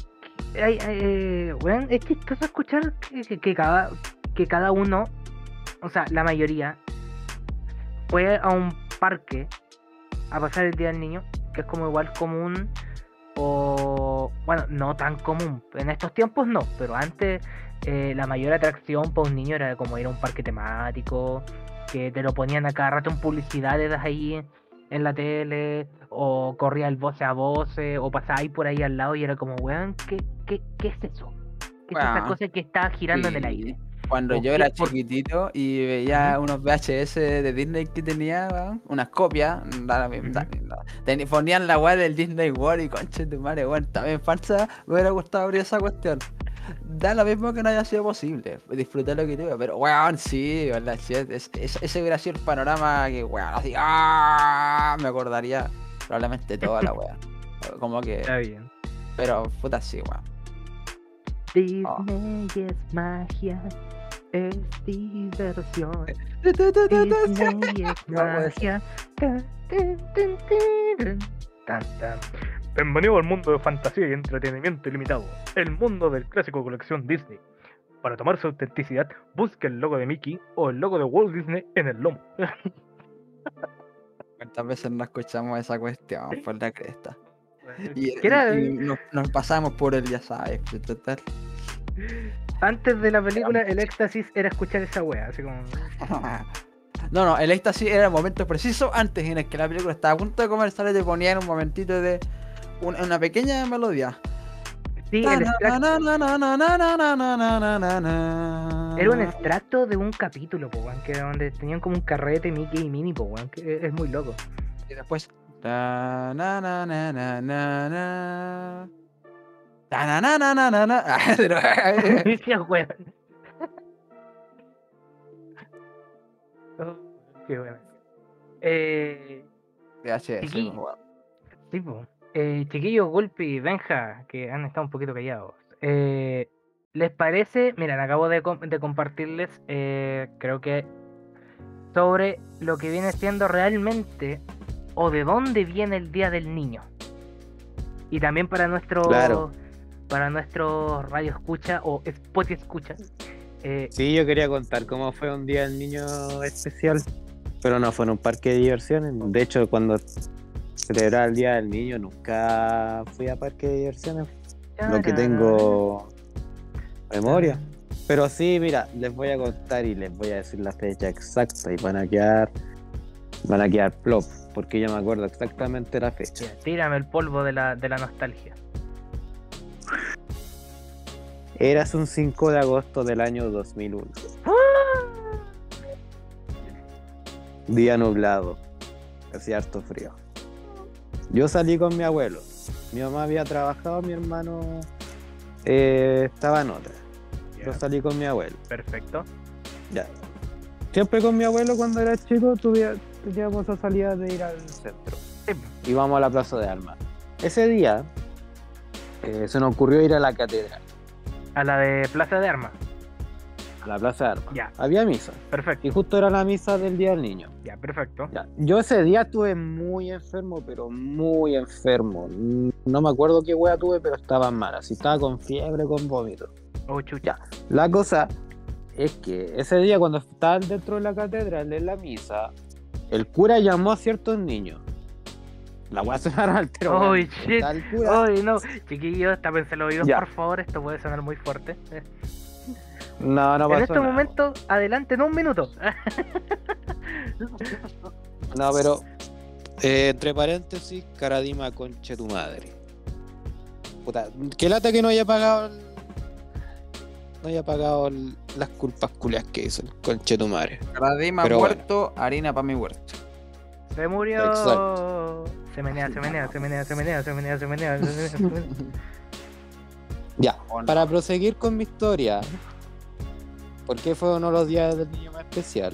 bueno, es chistoso escuchar que cada uno, o sea, la mayoría, fue a un parque a pasar el Día del Niño, que es como igual común, o bueno, no tan común. En estos tiempos no, pero antes la mayor atracción para un niño era como ir a un parque temático, que te lo ponían a cada rato en publicidades ahí en la tele, o corría el voce a voce, o pasaba ahí por ahí al lado y era como, weón, ¿qué es eso? ¿Qué es esa Bueno, cosa que está girando en el sí. aire? Cuando ¿Por yo qué? era chiquitito y veía unos VHS de Disney que tenía, weón, unas copias, ponían la weá del Disney World y conche tu madre, weón, también falsa, me hubiera gustado abrir esa cuestión. Da lo mismo que no haya sido posible, disfrutar lo que tuve, pero weón, sí, verdad, sí, ese hubiera sido el panorama que, weón, así, me acordaría probablemente toda la weá. Como Está que, bien. pero puta sí, weón. Disney es magia, es diversión. Disney es No puede ser. magia. Tan, tan. Bienvenido al mundo de fantasía y entretenimiento ilimitado, el mundo del clásico colección Disney. Para tomar su autenticidad, busque el logo de Mickey o el logo de Walt Disney en el lomo. ¿Cuántas veces no escuchamos esa cuestión por la cresta? Y, ¿Qué era? y nos pasamos por el, ya sabes, total. Antes de la película, el éxtasis era escuchar esa wea, así como. No, el éxtasis era el momento preciso antes en el que la película estaba a punto de comenzar y te ponían un momentito de una pequeña melodía. Sí, el extracto. Era un extracto de un capítulo, po, weón, que donde tenían como un carrete Mickey y Minnie, po, weón, que es muy loco. Y después. Ta, na, na, na, na, na, na. Ta, na, na, na, na, na, na. Sí, weón. Oh, qué bueno. VHS, Chiqui- weón. Sí, po. Chiquillos, Gulpi y Benja, que han estado un poquito callados. ¿Les parece? Miren, acabo de compartirles, creo que sobre lo que viene siendo realmente o de dónde viene el Día del Niño. Y también para Claro. nuestro radio escucha o Spotify escucha. Sí, yo quería contar cómo fue un día del niño especial, pero no fue en un parque de diversiones. De hecho, cuando celebraba el día del niño nunca fui a parque de diversiones, lo que tengo memoria. Pero sí, mira, les voy a contar y les voy a decir la fecha exacta y van a quedar plop, porque yo me acuerdo exactamente la fecha. Ya, tírame el polvo de la nostalgia. Eras un 5 de agosto del año 2001. Día nublado, hacía harto frío. Yo salí con mi abuelo. Mi mamá había trabajado, mi hermano estaba en otra. Yo salí con mi abuelo. Perfecto. Ya. Siempre con mi abuelo cuando era chico teníamos esa salida de ir al centro. Íbamos a la Plaza de Armas. Ese día se nos ocurrió ir a la catedral, A la de Plaza de Armas. a la Plaza de Armas. Ya, Había misa. perfecto. Y justo era la misa del Día del Niño. Ya, perfecto. Ya. Yo ese día estuve muy enfermo, pero muy enfermo. No me acuerdo qué wea tuve, pero estaba mal. Así estaba con fiebre, con vómito. Oh, chucha. La cosa es que ese día cuando estaban dentro de la catedral, en la misa, el cura llamó a ciertos niños. La wea sonará al tiro. Oh, weón. shit. Está el cura. Ay, no. Chiquillos, tápense los oídos, Ya. por favor. Esto puede sonar muy fuerte. No En pasó este nada. momento, adelante en un minuto. No, pero entre paréntesis, Caradima conche tu madre. Puta, qué lata que no haya pagado las culpas culias que hizo el conche tu madre. Radima Pero muerto, harina para mi huerto. Se murió. Exacto. Se menea, se menea, se menea, se menea, se menea, se menea, se menea, se menea. Ya, Oh, no. para proseguir con mi historia, ¿por qué fue uno de los días del niño más especial?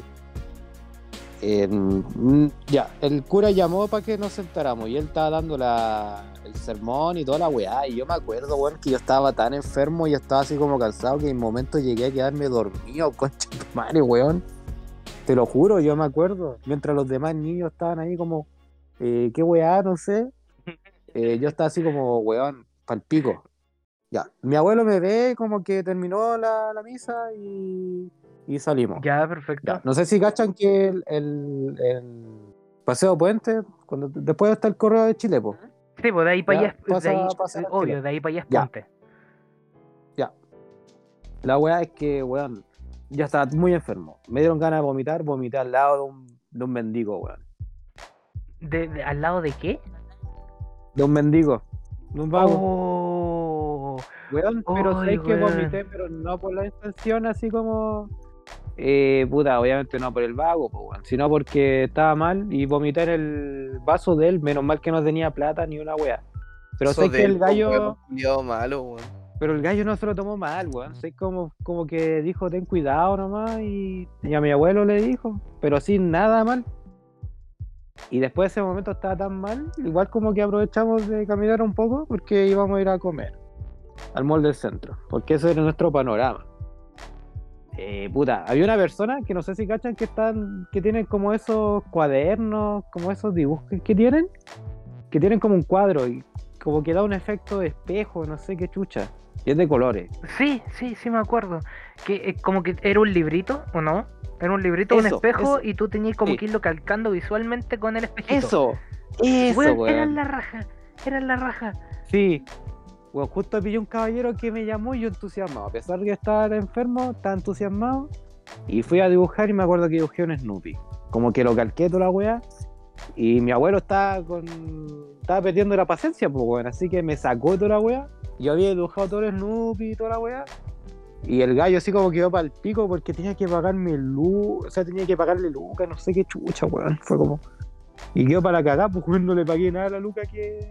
Ya, el cura llamó para que nos sentáramos y él estaba dando el sermón y toda la weá. Y yo me acuerdo, weón, que yo estaba tan enfermo y estaba así como cansado que en momento llegué a quedarme dormido, concha de tu madre, weón. Te lo juro, yo me acuerdo. Mientras los demás niños estaban ahí como, qué weá, no sé. Yo estaba así como, weón, palpico. Ya, mi abuelo me ve como que terminó la misa y salimos. Ya, perfecto. Ya, no sé si cachan que el Paseo Puente, después está el Correo de Chile, po. Sí, pues de ahí para Ya, allá, pasa al obvio, Chile. de ahí para allá es Ya. Ponte. La weá es que, weón, ya estaba muy enfermo. Me dieron ganas de vomité al lado de un mendigo, weón. ¿Al lado de qué? De un mendigo, de un vago. Oh, Weón, pero Ay, sé que weón. vomité, pero no por la intención así como... puta, obviamente no por el vago, po, weón, sino porque estaba mal y vomité en el vaso de él, menos mal que no tenía plata ni una wea. Pero Eso sé que el del po, gallo... weón, culiao malo, weón. Pero el gallo no se lo tomó mal, weón. Sé como que dijo, ten cuidado nomás, y a mi abuelo le dijo, pero sin nada mal. Y después de ese momento estaba tan mal, igual como que aprovechamos de caminar un poco porque íbamos a ir a comer al mall del centro, porque ese era nuestro panorama. Puta, había una persona que no sé si cachan que tienen como esos cuadernos, como esos dibujos que tienen como un cuadro y como que da un efecto de espejo, no sé qué chucha. Y es de colores. Sí, sí, sí me acuerdo. Que como que era un librito, ¿o no? Era un librito, un Eso, espejo, eso. y tú tenías como Sí. que irlo calcando visualmente con el espejito. Eso, Weón, era weón. la raja, era la raja. Sí, weón, justo pillé un caballero que me llamó y yo entusiasmado. A pesar de que estaba enfermo, estaba entusiasmado. Y fui a dibujar y me acuerdo que dibujé un Snoopy. Como que lo calqué toda la weá. Y mi abuelo estaba perdiendo la paciencia, pues weón. Así que me sacó toda la weá. Yo había dibujado todo el Snoopy y toda la weá. Y el gallo así como quedó para el pico porque tenía que pagarme luz. O sea, tenía que pagarle lucas, no sé qué chucha, weón. Fue como. Y quedó para la cagada, pues weón, no le pagué nada a la luca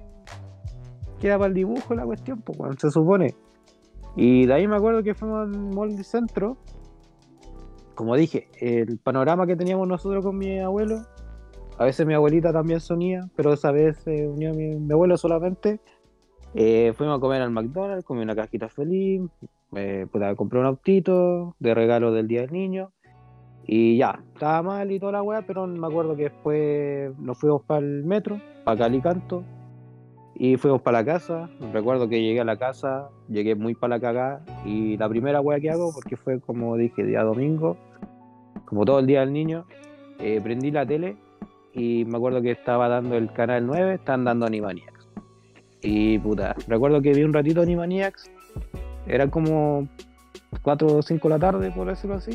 que era para el dibujo la cuestión, pues weón, se supone. Y de ahí me acuerdo que fuimos al mall del centro. Como dije, el panorama que teníamos nosotros con mi abuelo, a veces mi abuelita también se unía, pero esa vez se unió mi abuelo solamente. Fuimos a comer al McDonald's, comí una cajita feliz, puta, compré un autito de regalo del Día del Niño. Y ya, estaba mal y toda la weá, pero me acuerdo que después nos fuimos para el metro, para Calicanto, y fuimos para la casa. Recuerdo que llegué a la casa, llegué muy para la cagada, y la primera weá que hago, porque fue como dije, día domingo, como todo el día del niño, prendí la tele y me acuerdo que estaba dando el canal 9, estaban dando Animaniacs. Y puta, recuerdo que vi un ratito Animaniacs, eran como 4 o 5 de la tarde, por decirlo así.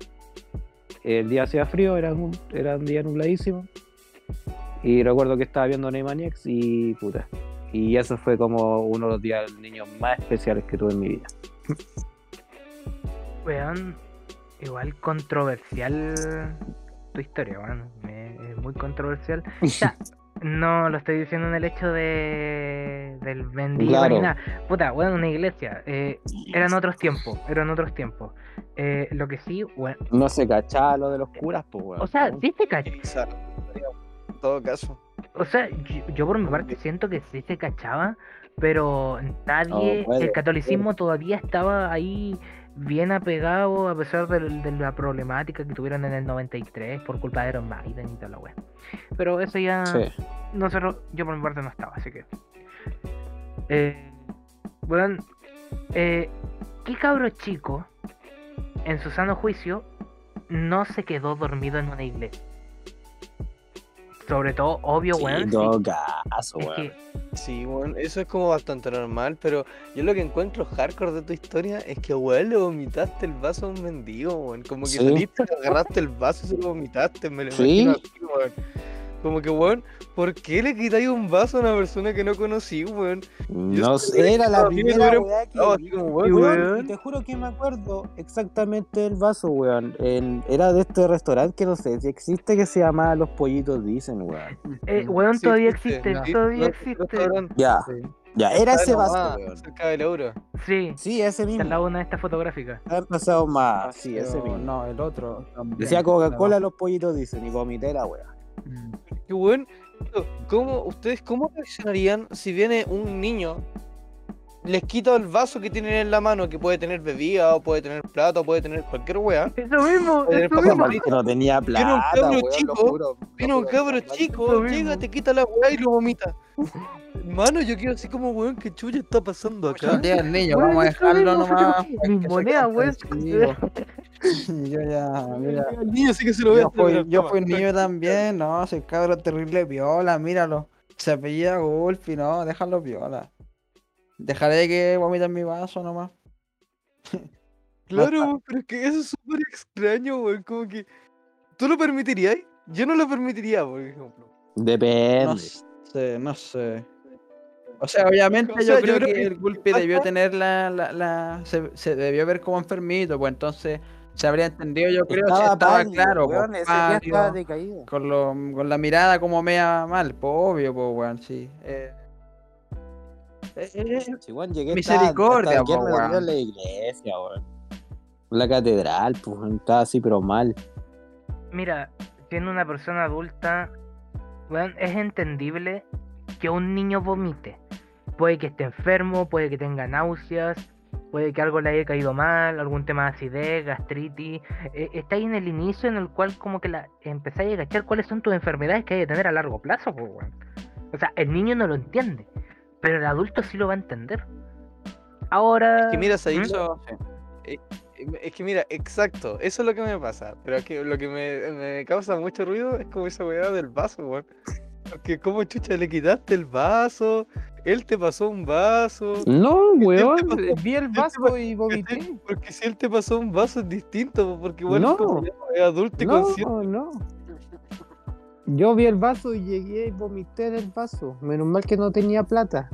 El día hacía frío, era un día nubladísimo. Y recuerdo que estaba viendo Animaniacs y puta. Y eso fue como uno de los días del niño más especiales que tuve en mi vida. Weón, igual controversial tu historia, weón. Es muy controversial. O sea, no lo estoy diciendo en el hecho del mendigo Claro. ni nada. Puta, weón, una iglesia. Eran otros tiempos, eran otros tiempos. Lo que sí, weón. No se cachaba lo de los curas, pues weón. O sea, sí se cachaba. Exacto. En todo caso. O sea, yo por mi parte siento que sí se cachaba, pero nadie, No puede el catolicismo todavía estaba ahí bien apegado a pesar de la problemática que tuvieron en el 93 por culpa de Iron Maiden y toda la wea. Pero eso ya, Sí. nosotros, yo por mi parte no estaba, así que... bueno, ¿qué cabro chico, en su sano juicio, no se quedó dormido en una iglesia? Sobre todo, obvio, Sí, weón, en sí. todo caso, Es weón. que Sí, weón, eso es como bastante normal, pero yo lo que encuentro hardcore de tu historia es que, weón, le vomitaste el vaso a un mendigo, weón. Como que Sí. saliste, agarraste el vaso y se lo vomitaste, me lo Sí. imagino así, weón. Como que, weón, ¿por qué le quitáis un vaso a una persona que no conocí, weón? No sé, sé, era la a mí me primera hubiera weá que pasado vi. así como, Sí, weón, Weón, weón. y te juro que me acuerdo exactamente del vaso, weón. Era de este restaurante que no sé si existe, que se llama Los Pollitos Dicen, weón. Weón, sí todavía existe, existe, sí, todavía no, existe. restaurante, Ya, Sí. ya, era está ese vaso, nomás, weón. cerca del Euro. Sí, Sí, ese está al mismo. lado de una de estas fotográficas. Ha pasado más, sí, ese Pero mismo. no, el otro también. Decía Coca-Cola, Los Pollitos Dicen, y vomité la weá. Mm. Qué weón, ustedes cómo reaccionarían si viene un niño, les quita el vaso que tienen en la mano, que puede tener bebida, o puede tener plata, o puede tener cualquier weá? Eso mismo, Puede tener eso papas mismo. fritas. Que no tenía Viene un plata, cabro weón, lo chico, juro. Viene un cabro Eso chico, mismo. llega, te quita la weá y lo vomita. Hermano, yo quiero así como, weón, ¿qué chucha está pasando acá? El día del niño, Weón, vamos a eso dejarlo mismo, nomás. pero para mis que se monedas, quede weón. tranquilo. Yo ya, mira. El niño sí que se lo voy a Yo celebrar. fui Toma, un niño también, no, ese cabro terrible viola, míralo. Se apellida Golfi, no, déjalo viola. Dejaré que vomiten mi vaso nomás. Claro, weón, pero es que eso es súper extraño, weón, como que... ¿Tú lo permitirías? Yo no lo permitiría, por ejemplo. No Depende. sé, no sé. O sea, obviamente O sea, yo creo yo creo que que el golpe debió tener se debió ver como enfermito, pues entonces se habría entendido, yo creo, si Estaba estaba pálido, claro, pues weón. Ese día estaba pálido, decaído. con la mirada como media mal, pues obvio, pues weón, sí. Sí, weón, llegué, Misericordia, hasta ayer pues me dolió en weón. la iglesia, weón. La catedral, pues, weón, estaba así, pero mal. Mira, siendo una persona adulta, weón, es entendible que un niño vomite. Puede que esté enfermo, puede que tenga náuseas, puede que algo le haya caído mal, algún tema de acidez, gastritis. Está ahí en el inicio en el cual como que empezáis a cachar cuáles son tus enfermedades que hay que tener a largo plazo, pues, weón. O sea, el niño no lo entiende, pero el adulto sí lo va a entender. Ahora... Es que mira, se ¿Mm? Eso, sí. Es que mira, exacto, eso es lo que me pasa. Pero es que lo que me causa mucho ruido es como esa weá del vaso, weón. Porque como chucha le quitaste el vaso, él te pasó un vaso. No, Si él te weón, pasó- vi el si él te vaso pa- y ¿cachai? vomité. Porque si él te pasó un vaso es distinto, po, porque igual como No, ya es adulto y no, consciente. no. Yo vi el vaso y llegué y vomité en el vaso. Menos mal que no tenía plata.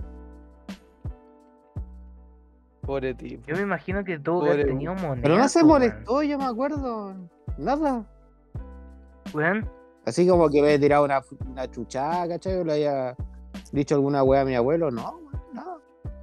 Pobre tipo. Yo me imagino que tuvo que haber Pobre tenido monedas, Pero no se pues, molestó, yo me acuerdo. Nada. weón. Así como que me había tirado una chuchada, ¿cachai? O le haya dicho alguna weá a mi abuelo. No, weón, nada.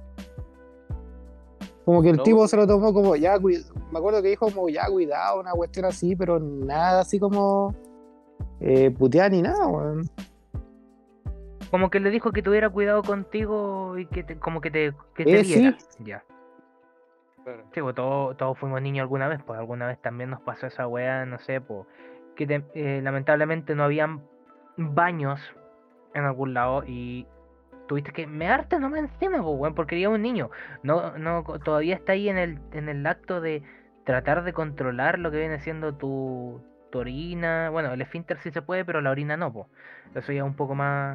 Como que el No, tipo se lo tomó como ya, me acuerdo que dijo como ya, cuidado, una cuestión así, pero nada así como putear ni nada, weón. Como que le dijo que tuviera cuidado contigo y que como que te Sí. viera. Ya. claro. Sí, pues todos fuimos niños alguna vez, pues alguna vez también nos pasó esa weá, no sé, pues, que lamentablemente no habían baños en algún lado y tuviste que mearte nomás encima, pues, weón, porque eres un niño. Todavía está ahí en el acto de tratar de controlar lo que viene siendo tu orina. Bueno, el esfínter sí se puede, pero la orina no, pues. Eso ya es un poco más.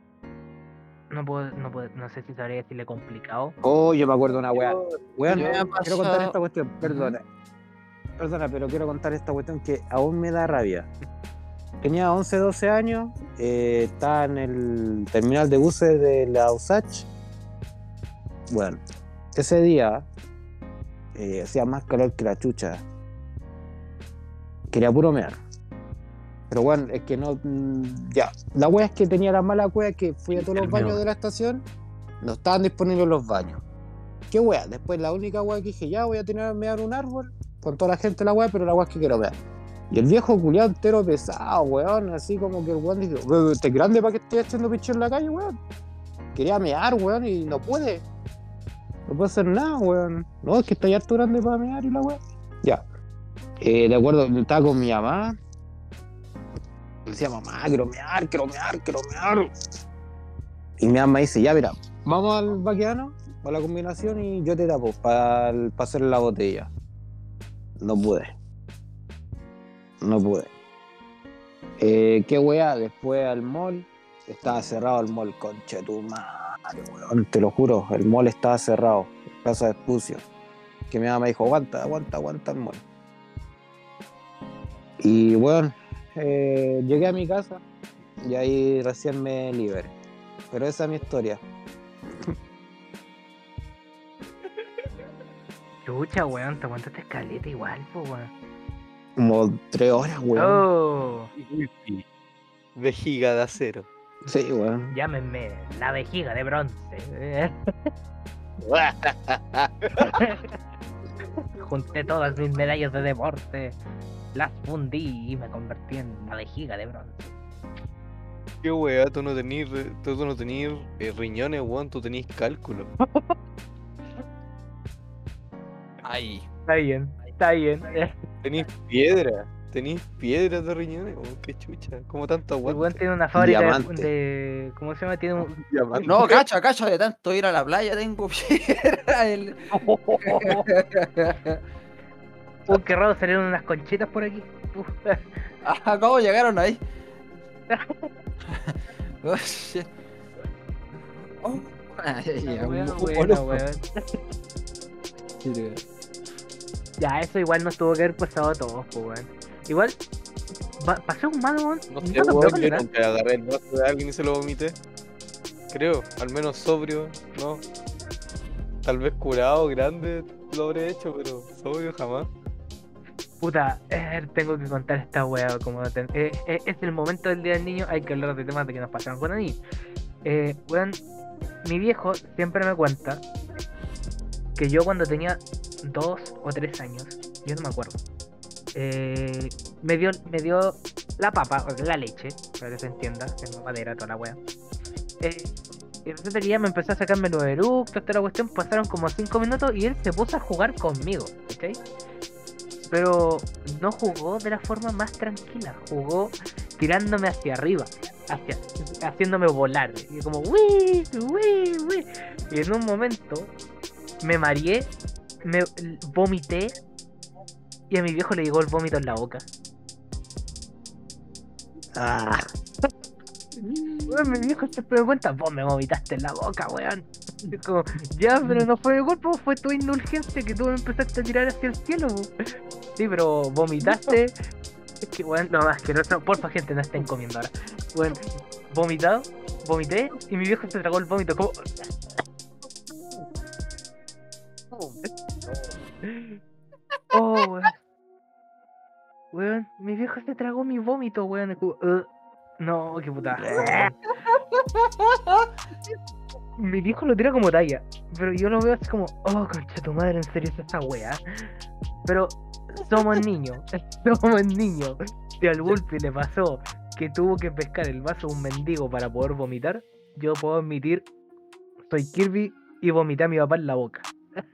No sé si sabría decirle complicado. Oh, yo me acuerdo de una weá. Weón, me ha quiero pasado- contar esta cuestión, perdona. Perdona, pero quiero contar esta cuestión que aún me da rabia. Tenía 11, 12 años, estaba en el terminal de buses de la USACH. Bueno, ese día hacía más calor que la chucha. Quería puro mear. Pero bueno, es que no. Ya, la wea es que tenía la mala wea que fui a todos los baños de la estación, no estaban disponibles los baños. ¿Qué wea? Después la única wea que dije, ya voy a tener que mear un árbol con toda la gente la wea, pero la wea es que quiero mear. Y el viejo culiado entero pesado, weón, así como que el weón dijo, ¿este es grande para que esté haciendo picho en la calle, weón? Quería mear, weón, y no puede. No puede hacer nada, weón. No, es que está ya harto grande para mear y la weón. Ya. De acuerdo, estaba con mi mamá. Le decía, mamá, quiero mear. Y mi mamá dice, ya, mira, vamos al vaqueano, a la combinación y yo te tapo para hacer la botella. No pude. ¿Qué weá? Después al mall. Estaba cerrado el mall, conchetumare, weón, te lo juro. El mall estaba cerrado. Plaza de Espucio. Que mi mamá me dijo, aguanta el mall. Y bueno, llegué a mi casa y ahí recién me liberé. Pero esa es mi historia. Chucha, weón, te aguantaste escaleta igual, pues, weón. Como 3 horas, weón. Oh, Vejiga de acero. Sí, weón. llámenme la vejiga de bronce. Junté todas mis medallas de deporte, las fundí y me convertí en la vejiga de bronce. Qué weá, tú no tenís riñones, weón, tú tenís cálculo. Ay, Está bien. Tenís piedras de riñones, weón, qué chucha. Como tanto El weón aguante. tiene una fábrica Diamante. de. ¿Cómo se llama? Tiene un. Diamante. No, cacha, de tanto ir a la playa tengo piedra. Qué raro, salieron unas conchitas por aquí. ¿Cómo llegaron ahí? Oh, shit. Oh, ya, Bueno, un bueno, boludo. weón. Ya, eso igual nos tuvo que haber pasado a todos, pues, weón. Igual, pasé un mal, weón. No No sé, te veo weón, yo llorar. nunca agarré el vaso de alguien y se lo vomité. creo. Al menos sobrio, ¿no? Tal vez curado, grande, lo habré hecho, pero sobrio jamás. Puta, tengo que contar esta weá. Es el momento del Día del Niño, hay que hablar de temas de que nos pasaron con niños. Weón, mi viejo siempre me cuenta que yo cuando tenía 2 o 3 años, yo no me acuerdo, me dio la papa, o la leche, para que se entienda, es mamadera toda la wea. Y resulta que ya me empezó a sacarme los eructos, toda la cuestión, pasaron como 5 minutos y él se puso a jugar conmigo, ¿cachai? Pero no jugó de la forma más tranquila, jugó tirándome hacia arriba, haciéndome volar, y como uy, uy, uy. Y en un momento me mareé, me vomité y a mi viejo le llegó el vómito en la boca. Weón, mi viejo siempre me cuenta, vos me vomitaste en la boca, weón. Y es como, ya, pero no fue mi culpa, fue tu indulgencia que tú me empezaste a tirar hacia el cielo, po. Sí, pero vomitaste. Es que, weón, no, asqueroso. Porfa, gente, no estén comiendo ahora. Weón, vomité y mi viejo se tragó el vómito, como. Oh, weón. Weón, mi viejo se tragó mi vómito, weón. Es como, no, qué puta. Mi viejo lo tira como talla, pero yo lo veo así como, oh, concha tu madre, en serio es esa wea. Pero somos niños, somos niños. Si al Gulpi le pasó que tuvo que pescar el vaso de un mendigo para poder vomitar, yo puedo admitir, soy Kirby y vomité a mi papá en la boca.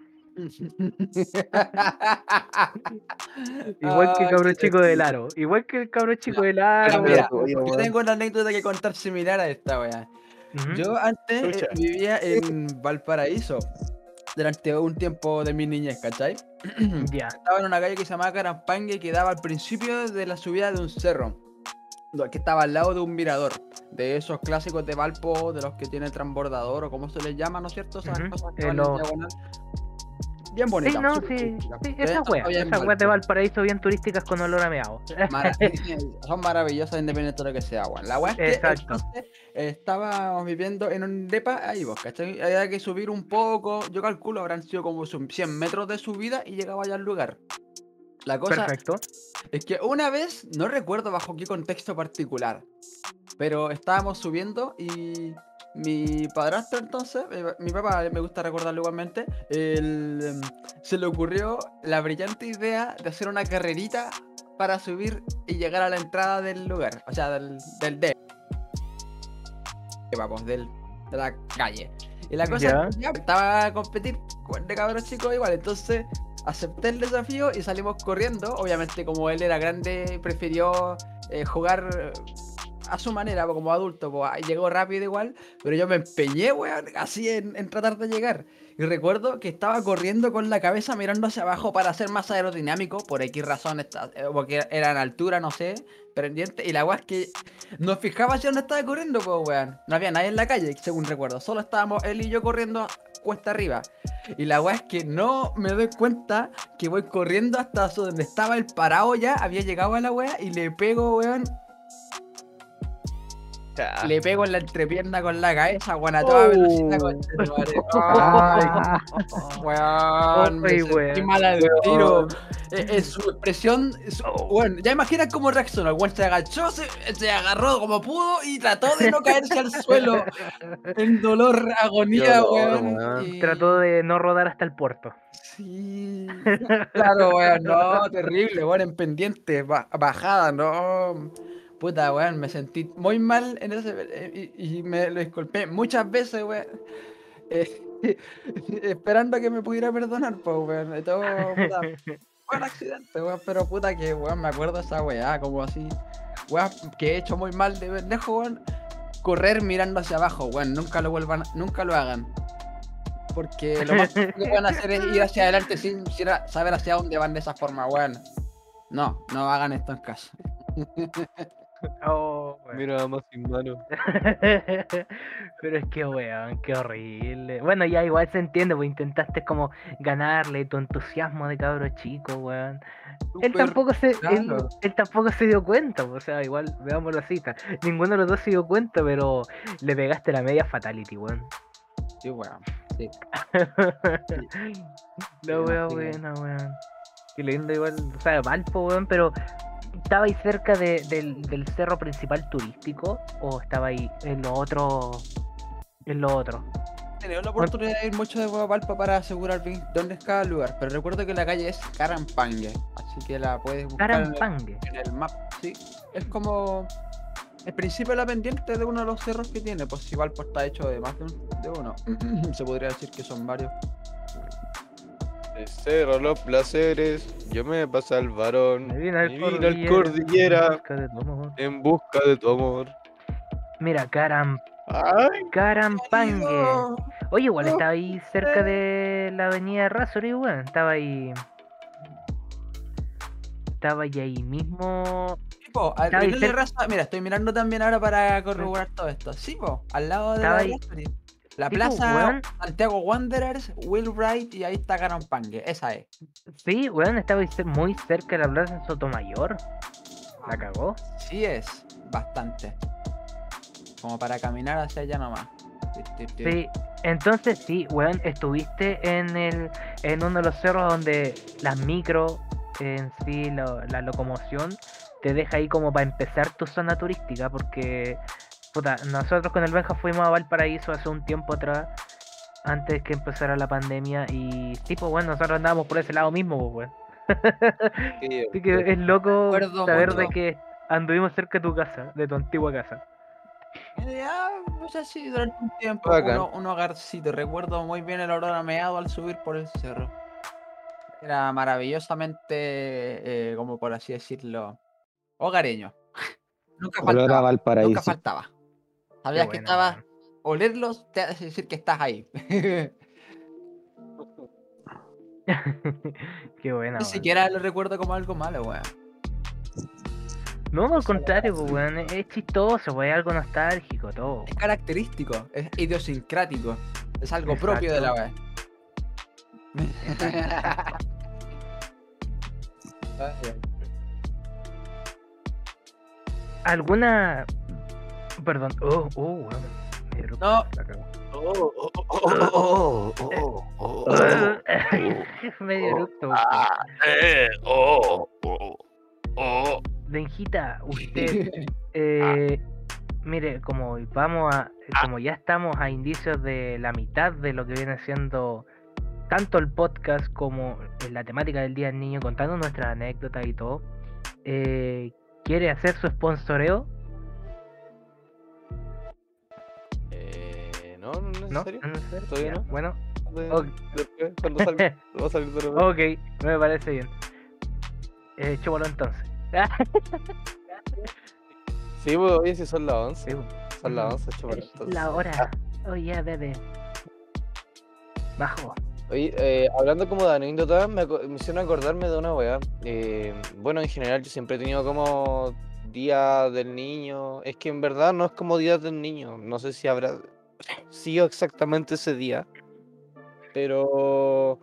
Igual que el cabro chico del aro, igual que el cabro chico del aro. Mira, Oye, yo weón. tengo una anécdota que contar similar a esta, weá. Ujú. Yo antes Chucha. vivía en Valparaíso durante un tiempo de mi niñez, ¿cachai? Ya, Estaba en una calle que se llamaba Carampangue que daba al principio de la subida de un cerro, que estaba al lado de un mirador, de esos clásicos de Valpo, de los que tiene transbordador o como se les llama, ¿no es cierto? Esas Ujú, cosas que van en los- diagonal. Bien sí, bonitas. no, súper sí, turísticas. sí, De esas hecho, weas todavía en de Valpo. Valparaíso bien turísticas con olor a meado. Son maravillosas independientemente de lo que sea, weón. La weá es que Exacto. entonces estábamos viviendo en un depa ahí, vos, ¿cachai? Había que subir un poco, yo calculo habrán sido como 100 metros de subida y llegaba ya al lugar. La cosa Perfecto. es que una vez, no recuerdo bajo qué contexto particular, pero estábamos subiendo y mi padrastro entonces, mi papá, me gusta recordarlo igualmente, se le ocurrió la brillante idea de hacer una carrerita para subir y llegar a la entrada del lugar, o sea, del vamos, de la calle. Y la cosa Ya. es que ya estaba a competir de cabros chicos igual, entonces acepté el desafío y salimos corriendo. Obviamente, como él era grande, prefirió jugar a su manera, como adulto, pues llegó rápido igual, pero yo me empeñé, weón, así en tratar de llegar. Y recuerdo que estaba corriendo con la cabeza mirando hacia abajo para ser más aerodinámico, por X razón, porque era en altura, no sé, pendiente, y la weá es que nos fijaba hacia dónde estaba corriendo, pues weón. No había nadie en la calle, según recuerdo, solo estábamos él y yo corriendo cuesta arriba. Y la weá es que no me doy cuenta que voy corriendo hasta donde estaba el parado ya, había llegado a la weá y le pego, weón. Le pego en la entrepierna con la cabeza, weón, a toda velocidad, conchetumare. Ah. Weón, me Ay, sentí weón. mal al tiro. En su expresión, weón, ya imagina cómo reaccionó. El weón se agachó, se agarró como pudo y trató de no caerse al suelo. En dolor, agonía, weón. y- Trató de no rodar hasta el puerto. Sí, claro, weón, no, terrible, weón, en pendiente, bajada, no. Puta, weón, me sentí muy mal en ese. Y me lo disculpé muchas veces, weón. eh, esperando a que me pudiera perdonar, pues, weón. De todo, puta, fue un accidente, weón, pero puta que, weón, me acuerdo de esa weá, como así. Weón, que he hecho muy mal de pendejo, weón. Correr mirando hacia abajo, weón, nunca lo hagan. Porque lo más que van a hacer es ir hacia adelante sin saber hacia dónde van de esa forma, weón. No hagan esto en casa. Oh, Oh, weón. Mira, más sin mano. Pero es que, weón, qué horrible. Bueno, ya igual se entiende, pues intentaste como ganarle tu entusiasmo de cabro chico, weón. Él Súper tampoco claro. él tampoco se dio cuenta, pues, o sea, igual, veámoslo así. Ninguno de los dos se dio cuenta, pero le pegaste la media fatality, weón. Sí, weón. Sí. La wea no sé qué. buena, weón. Qué lindo igual, o sea, Valpo, weón, pero ¿estaba ahí cerca del cerro principal turístico o estaba ahí en lo otro? En lo otro. He tenido la oportunidad de ir mucho de Huavalpa para asegurar bien dónde es cada lugar, pero recuerdo que la calle es Carampangue, así que la puedes buscar Carampangue. en el map, sí. Es como el principio de la pendiente de uno de los cerros que tiene, pues igual pues está hecho de más de uno. Se podría decir que son varios. De cerro los placeres, yo me pasé al varón. Me vine al al cordillera, cordillera en busca de tu amor. en busca de tu amor. Mira, Ay, Carampangue. Oye, igual No. estaba ahí cerca de la avenida Razori, weón. Estaba ahí. Estaba ahí mismo. Tipo, al Estaba ahí final de cerca. raza, mira, estoy mirando también ahora para corroborar todo esto. Sí, po, al lado de Estaba la ahí. Rastri. La Sí, po, plaza weón. Santiago Wanderers, Will Wright y ahí está Carampangue, esa es. Sí, weón, estaba ahí muy cerca de la plaza Sotomayor. La cagó. Sí es, bastante. Como para caminar hacia allá nomás. Sí, entonces sí, weón, estuviste en uno de los cerros donde las micro en sí, la locomoción, te deja ahí como para empezar tu zona turística, porque puta, nosotros con el Benja fuimos a Valparaíso hace un tiempo atrás, antes que empezara la pandemia, y tipo, bueno, nosotros andábamos por ese lado mismo, pues, weón. Así que es loco Recuerdo saber mucho. de que anduvimos cerca de tu casa, de tu antigua casa. Ya, pues así durante un tiempo, Bacán. uno hogarcito. Recuerdo muy bien el olor a meado al subir por el cerro. Era maravillosamente, como por así decirlo, hogareño. Nunca Olor a faltaba, nunca Valparaíso. faltaba. Qué Sabías que bueno, estabas, weón. olerlos te hace decir que estás ahí. Qué buena, Ni weón. siquiera lo recuerdo como algo malo, weón. No, al contrario, pues, weón, es chistoso, pues, es algo nostálgico, todo. Es característico, es idiosincrático, es algo propio de la Exacto. wea. ¿Alguna. Perdón, weón. Me dio No. la cagó. Oh. Medio eructo. Benjita, usted, mire, como ya estamos a indicios de la mitad de lo que viene siendo tanto el podcast como la temática del Día del Niño, contando nuestras anécdotas y todo, ¿quiere hacer su sponsoreo? No, no es ¿No? necesario. ¿No es necesario? Todavía Ya, no. bueno, Después, cuando salga, va a salir de nuevo. ok, me parece bien. Chúpalo entonces. Sí, pues oye, si son las 11. Sí, Son las 11, chúpalo, es entonces. la hora. Oh yeah, bebé. Bajo. Oye, hablando como de anécdotas, me hicieron acordarme de una weá. Bueno, en general yo siempre he tenido como Día del Niño. Es que en verdad no es como Día del Niño. No sé si habrá sido exactamente ese día. Pero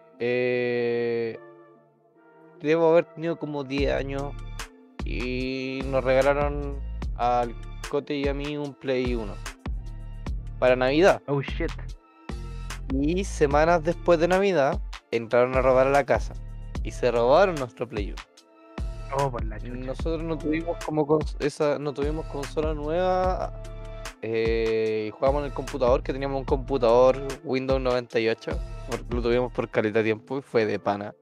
debo haber tenido como 10 años y nos regalaron al Cote y a mí un Play 1 para Navidad. Oh shit. Y semanas después de Navidad entraron a robar a la casa y se robaron nuestro Play 1. Oh, por la chucha. Nosotros no tuvimos no tuvimos consola nueva y jugábamos en el computador, que teníamos un computador Windows 98, porque lo tuvimos por caleta de tiempo y fue de pana.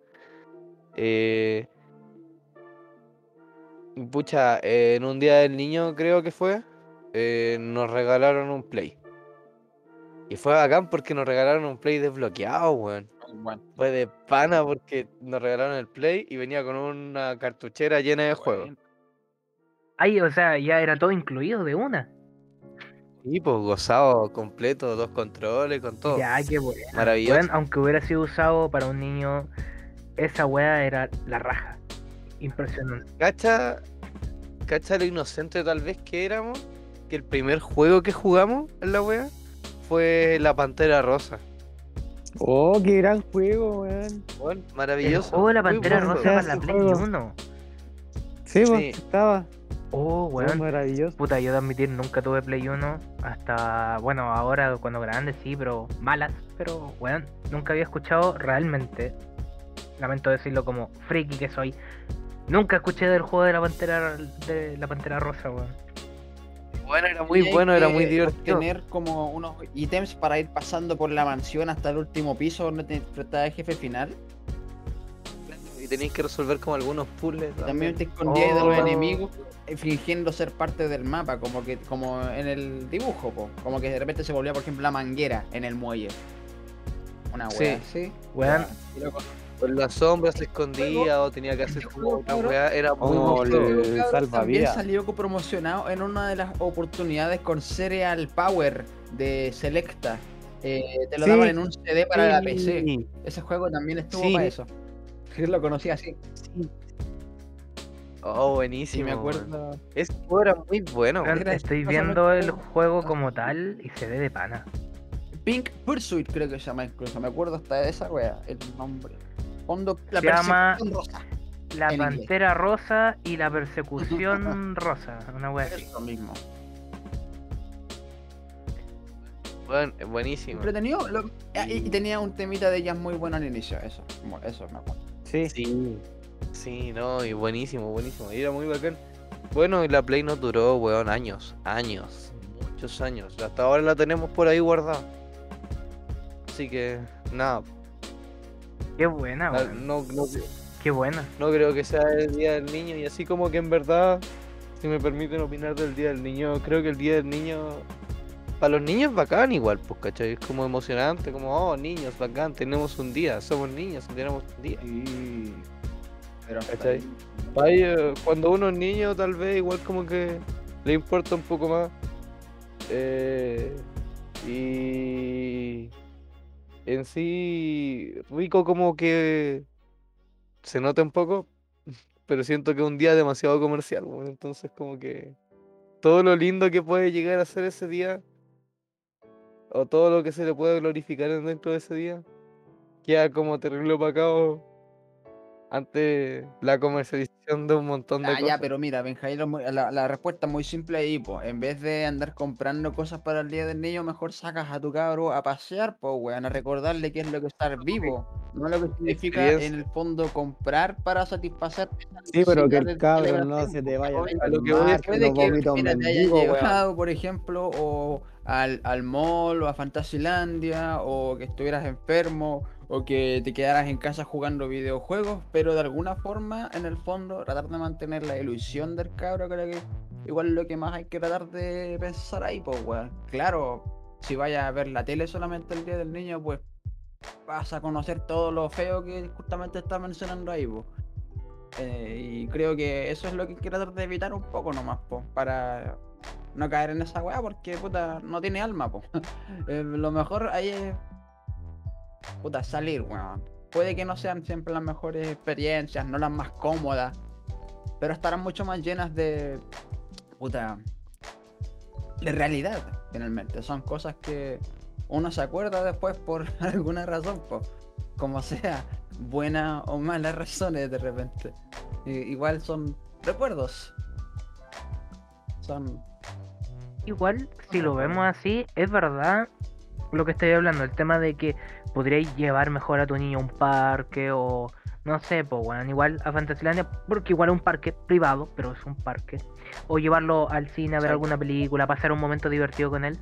Pucha, en un día del niño creo que fue, nos regalaron un Play. Y fue bacán porque nos regalaron un Play desbloqueado, weón. Bueno, Fue de pana porque nos regalaron el Play y venía con una cartuchera llena de juegos. bueno. Ay, o sea, ya era todo incluido de una. Y pues gozado completo, 2 controles, con todo. Ya, qué bueno. Maravilloso. Bueno, aunque hubiera sido usado para un niño, esa wea era la raja. Impresionante. Cacha cacha lo inocente tal vez que éramos, que el primer juego que jugamos en la wea fue la Pantera Rosa. Oh, qué gran juego, weón. Bueno, El maravilloso. juego de la muy Pantera buen Rosa juego. para la ese Play juego. 1. Sí, pues, Sí. estaba. Oh, Fue weón. maravilloso. Puta, yo de admitir nunca tuve Play 1 hasta, bueno, ahora cuando grande sí, pero malas. Pero, weón, nunca había escuchado realmente, lamento decirlo como friki que soy, nunca escuché del juego de la Pantera Rosa, weón. Bueno, era muy Y hay bueno, era que muy divertido. Tener como unos ítems para ir pasando por la mansión hasta el último piso donde te enfrentaba el jefe final. Y tenéis que resolver como algunos puzzles. Y también te escondías de Oh. los enemigos fingiendo ser parte del mapa, como en el dibujo, po. Como que de repente se volvía, por ejemplo, la manguera en el muelle. Una wea, ¿sí? Weón, Con la sombra se escondía o tenía que hacer como otra weá. Era muy Como buen el- juego. También salvavidas. salió promocionado en una de las oportunidades con Cereal Power de Selecta. Te lo Sí. daban en un CD para la PC. Sí, Ese juego también estuvo Sí. para eso. Yo lo conocí así. Oh, Sí, buenísimo. me weón. acuerdo. Ese juego era muy bueno. weón, Era estoy exactamente viendo el como- juego como tal y se ve de pana. Pink Pursuit creo que se llama incluso. Me acuerdo hasta de esa wea, el nombre. Fondo, la Se llama- persecución rosa. La En inglés. Pantera Rosa y la Persecución Rosa, una wea así. Eso mismo. Bueno, buenísimo. Entretenido. Y tenía un temita de ellas muy bueno al inicio. Eso me acuerdo. Sí. Sí, sí, no, y buenísimo, buenísimo. Y era muy bacán. Bueno, y la Play nos duró, weón, años, muchos años. Hasta ahora la tenemos por ahí guardada. Así que, nada, Qué buena, la- weón. no, no, Qué buena. no creo que sea el Día del Niño. Y así como que en verdad, si me permiten opinar del Día del Niño, creo que el Día del Niño, para los niños es bacán igual, pues, ¿cachai? Es como emocionante, como, oh, niños, bacán, tenemos un día, somos niños, tenemos un día. Sí. Pero hasta ¿Cachai? ahí. Ahí, cuando uno es niño, tal vez igual como que le importa un poco más. Y en sí, rico como que se nota un poco, pero siento que es un día demasiado comercial, weón. Entonces como que todo lo lindo que puede llegar a ser ese día, o todo lo que se le puede glorificar dentro de ese día, queda como terrible opacado ante la comercialización de un montón de Ah, ya, cosas. pero mira, Benjamín, la respuesta es muy simple ahí, pues. En vez de andar comprando cosas para el Día del Niño, mejor sacas a tu cabro a pasear, pues, weón, a recordarle qué es lo que es estar vivo. No lo que significa en Experiencia. el fondo comprar para satisfacer. Sí, pero que necesidad el de cabro no celebración, se te pues, vaya a ¿cachai? A lo que voy es enfermar, que que Puede no que, vomita un mira, te hayas mendigo, weón. llevado, por ejemplo, o al mall o a Fantasilandia, o que estuvieras enfermo, o que te quedaras en casa jugando videojuegos, pero de alguna forma, en el fondo, tratar de mantener la ilusión del cabro, creo que igual es lo que más hay que tratar de pensar ahí, pues, weón. Claro, si vayas a ver la tele solamente el día del niño, pues vas a conocer todo lo feo que justamente está mencionando ahí, pues. Y creo que eso es lo que hay que tratar de evitar un poco nomás, pues, para no caer en esa weá, porque puta, no tiene alma, pues. Lo mejor ahí es puta, salir, weón. Puede que no sean siempre las mejores experiencias, no las más cómodas, pero estarán mucho más llenas de puta, de realidad, finalmente. Son cosas que uno se acuerda después por alguna razón, pues, como sea, buenas o malas razones de repente. Igual son recuerdos. Son Igual, si lo vemos así, es verdad lo que estoy hablando, el tema de que podríais llevar mejor a tu niño a un parque o no sé, pues bueno, igual a Fantasylandia, porque igual es un parque privado, pero es un parque. O llevarlo al cine a ver Exacto. alguna película, pasar un momento divertido con él.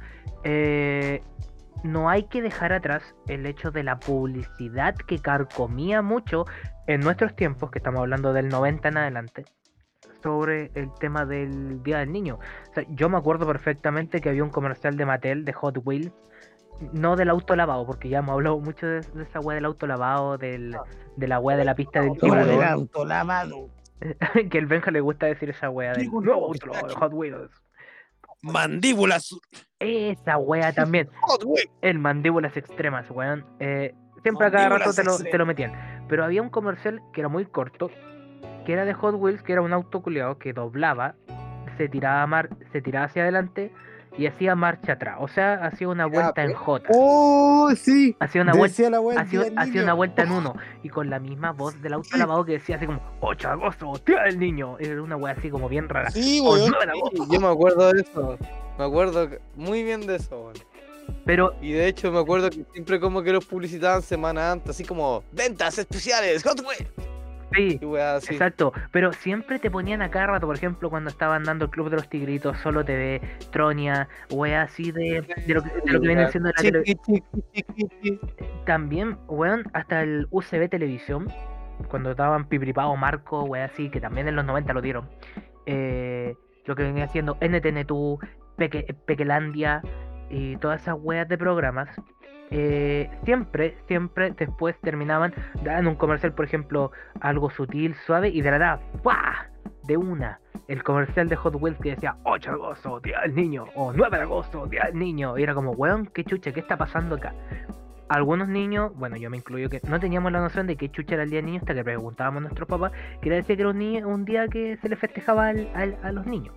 No hay que dejar atrás el hecho de la publicidad que carcomía mucho en nuestros tiempos, que estamos hablando del 90 en adelante, sobre el tema del Día del Niño. O sea, yo me acuerdo perfectamente que había un comercial de Mattel de Hot Wheels, no del auto lavado, porque ya hemos hablado mucho de esa weá del auto lavado, de la weá de la pista del Como el tiburón, auto lavado. que el Benja le gusta decir esa weá del nuevo auto lavado de Hot Wheels. Mandíbulas. Esa weá también. Hot Wheels. El mandíbulas extremas, weón. Siempre a cada rato Mandíbulas te lo metían. Pero había un comercial que era muy corto, que era de Hot Wheels, que era un auto culiado que doblaba se tiraba hacia adelante y hacía marcha atrás. O sea, hacía una Tiraba vuelta en J. ¡Oh, sí! Hacía una vuelta. Decía la weá del día del Hacía una niño. vuelta en uno y con la misma voz del autolavado que decía así como 8 de agosto, día del niño. Era una wea así como bien rara. Sí, O weón. 9 de agosto. Yo me acuerdo de eso. Me acuerdo muy bien de eso, weón. Pero Y de hecho me acuerdo que siempre como que los publicitaban semana antes, así como ventas especiales, Hot Wheels. sí, Y weá así. exacto. Pero siempre te ponían a cada rato, por ejemplo, cuando estaban dando el Club de los Tigritos, Solo TV, Tronia, wea así de lo que viene siendo la televisión. Chiqui. También, weón, hasta el UCB Televisión, cuando daban Pipripao, Marco, wea así, que también en los 90 lo dieron. Lo que venía siendo NTN2, Pequelandia y todas esas weas de programas. Siempre después terminaban, daban un comercial, por ejemplo, algo sutil, suave, y de la nada, ¡pah! De una. El comercial de Hot Wheels que decía 8 de agosto, día del niño, o 9 de agosto, día del niño. Y era como, weón, qué chucha, ¿qué está pasando acá? Algunos niños, bueno, yo me incluyo, que no teníamos la noción de qué chucha era el día del niño hasta que preguntábamos a nuestros papás, que decía que era un día que se le festejaba a los niños.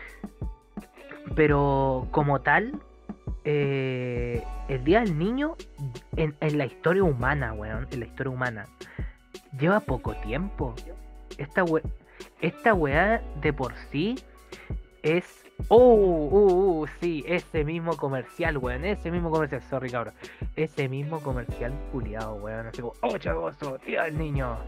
Pero como tal, el día del niño en la historia humana, weón, en la historia humana, lleva poco tiempo. Esta weá de por sí es... sí, ese mismo comercial, weón, ese mismo comercial, sorry cabrón, ese mismo comercial culiado, weón, así como 8 de agosto, día del niño.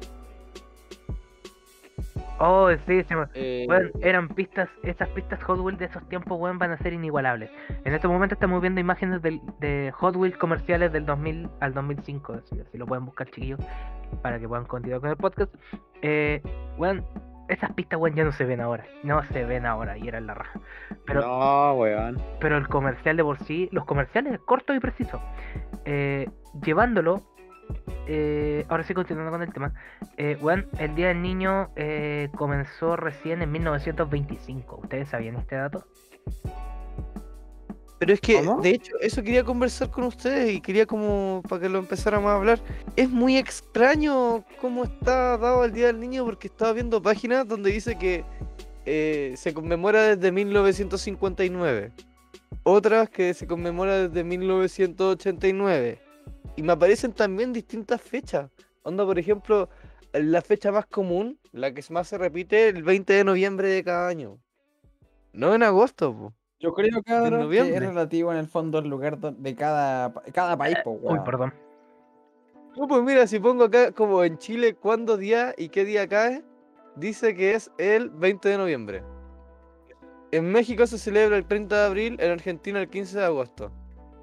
Oh, sí, weón, eran pistas, esas pistas Hot Wheels de esos tiempos, weón, van a ser inigualables. En este momento estamos viendo imágenes de Hot Wheels comerciales del 2000 al 2005, así lo pueden buscar, chiquillos, para que puedan continuar con el podcast. Weón, esas pistas, weón, ya no se ven ahora, y eran la raja. Pero, No, weón. pero el comercial de por sí, los comerciales cortos y precisos, llevándolo. Ahora sí, continuando con el tema. Weón, el Día del Niño comenzó recién en 1925. ¿Ustedes sabían este dato? Pero es que, ¿Cómo? de hecho, eso quería conversar con ustedes y quería como para que lo empezáramos a hablar. Es muy extraño cómo está dado el Día del Niño porque estaba viendo páginas donde dice que se conmemora desde 1959. Otras que se conmemora desde 1989. Y me aparecen también distintas fechas. Onda, por ejemplo, la fecha más común, la que más se repite, el 20 de noviembre de cada año. No en agosto, po. Yo creo, En cabrón, que es noviembre. relativo en el fondo al lugar de cada país, pues, Uy, weón. perdón. No, pues mira, si pongo acá como en Chile cuándo día y qué día cae, dice que es el 20 de noviembre. En México se celebra el 30 de abril, en Argentina el 15 de agosto.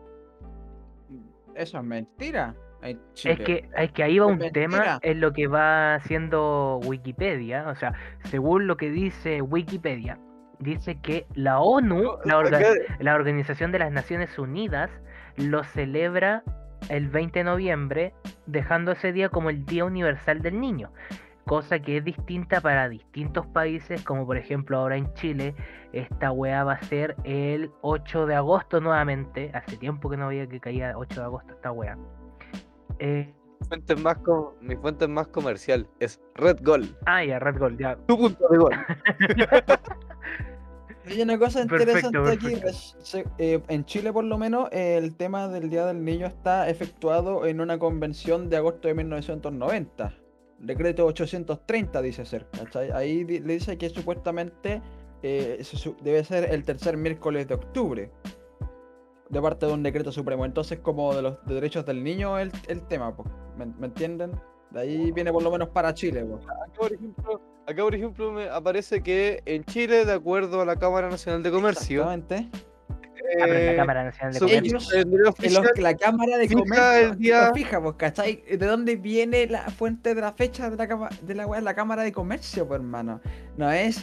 Eso es mentira. En Es Chile. que ahí va Es un mentira. tema en lo que va haciendo Wikipedia. O sea, según lo que dice Wikipedia, dice que la ONU, Acá- la Organización de las Naciones Unidas, lo celebra el 20 de noviembre, dejando ese día como el Día Universal del Niño. Cosa que es distinta para distintos países, como por ejemplo ahora en Chile, esta weá va a ser el 8 de agosto nuevamente. Hace tiempo que no veía que caía 8 de agosto esta weá. Mi fuente más comercial es Red Gold. Ya, Red Gold, ya. Tu punto de gol. Hay una cosa Perfecto, interesante aquí. perfecto. En Chile, por lo menos, el tema del Día del Niño está efectuado en una convención de agosto de 1990. Decreto 830 dice ser, ¿cachai? Ahí le dice que supuestamente debe ser el tercer miércoles de octubre, de parte de un decreto supremo. Entonces, como de los derechos del niño el tema, pues. ¿Me entienden? De ahí viene por lo menos para Chile, pues. Acá, por ejemplo, me aparece que en Chile, de acuerdo a la Cámara Nacional de Comercio, Exactamente. Pero en la Cámara Nacional de su Comercio. Ellos, la Cámara de fija Comercio, el día- fija, pues, ¿cachai? ¿De dónde viene la fuente de la fecha de la weá? La Cámara de Comercio, pues, hermano. No es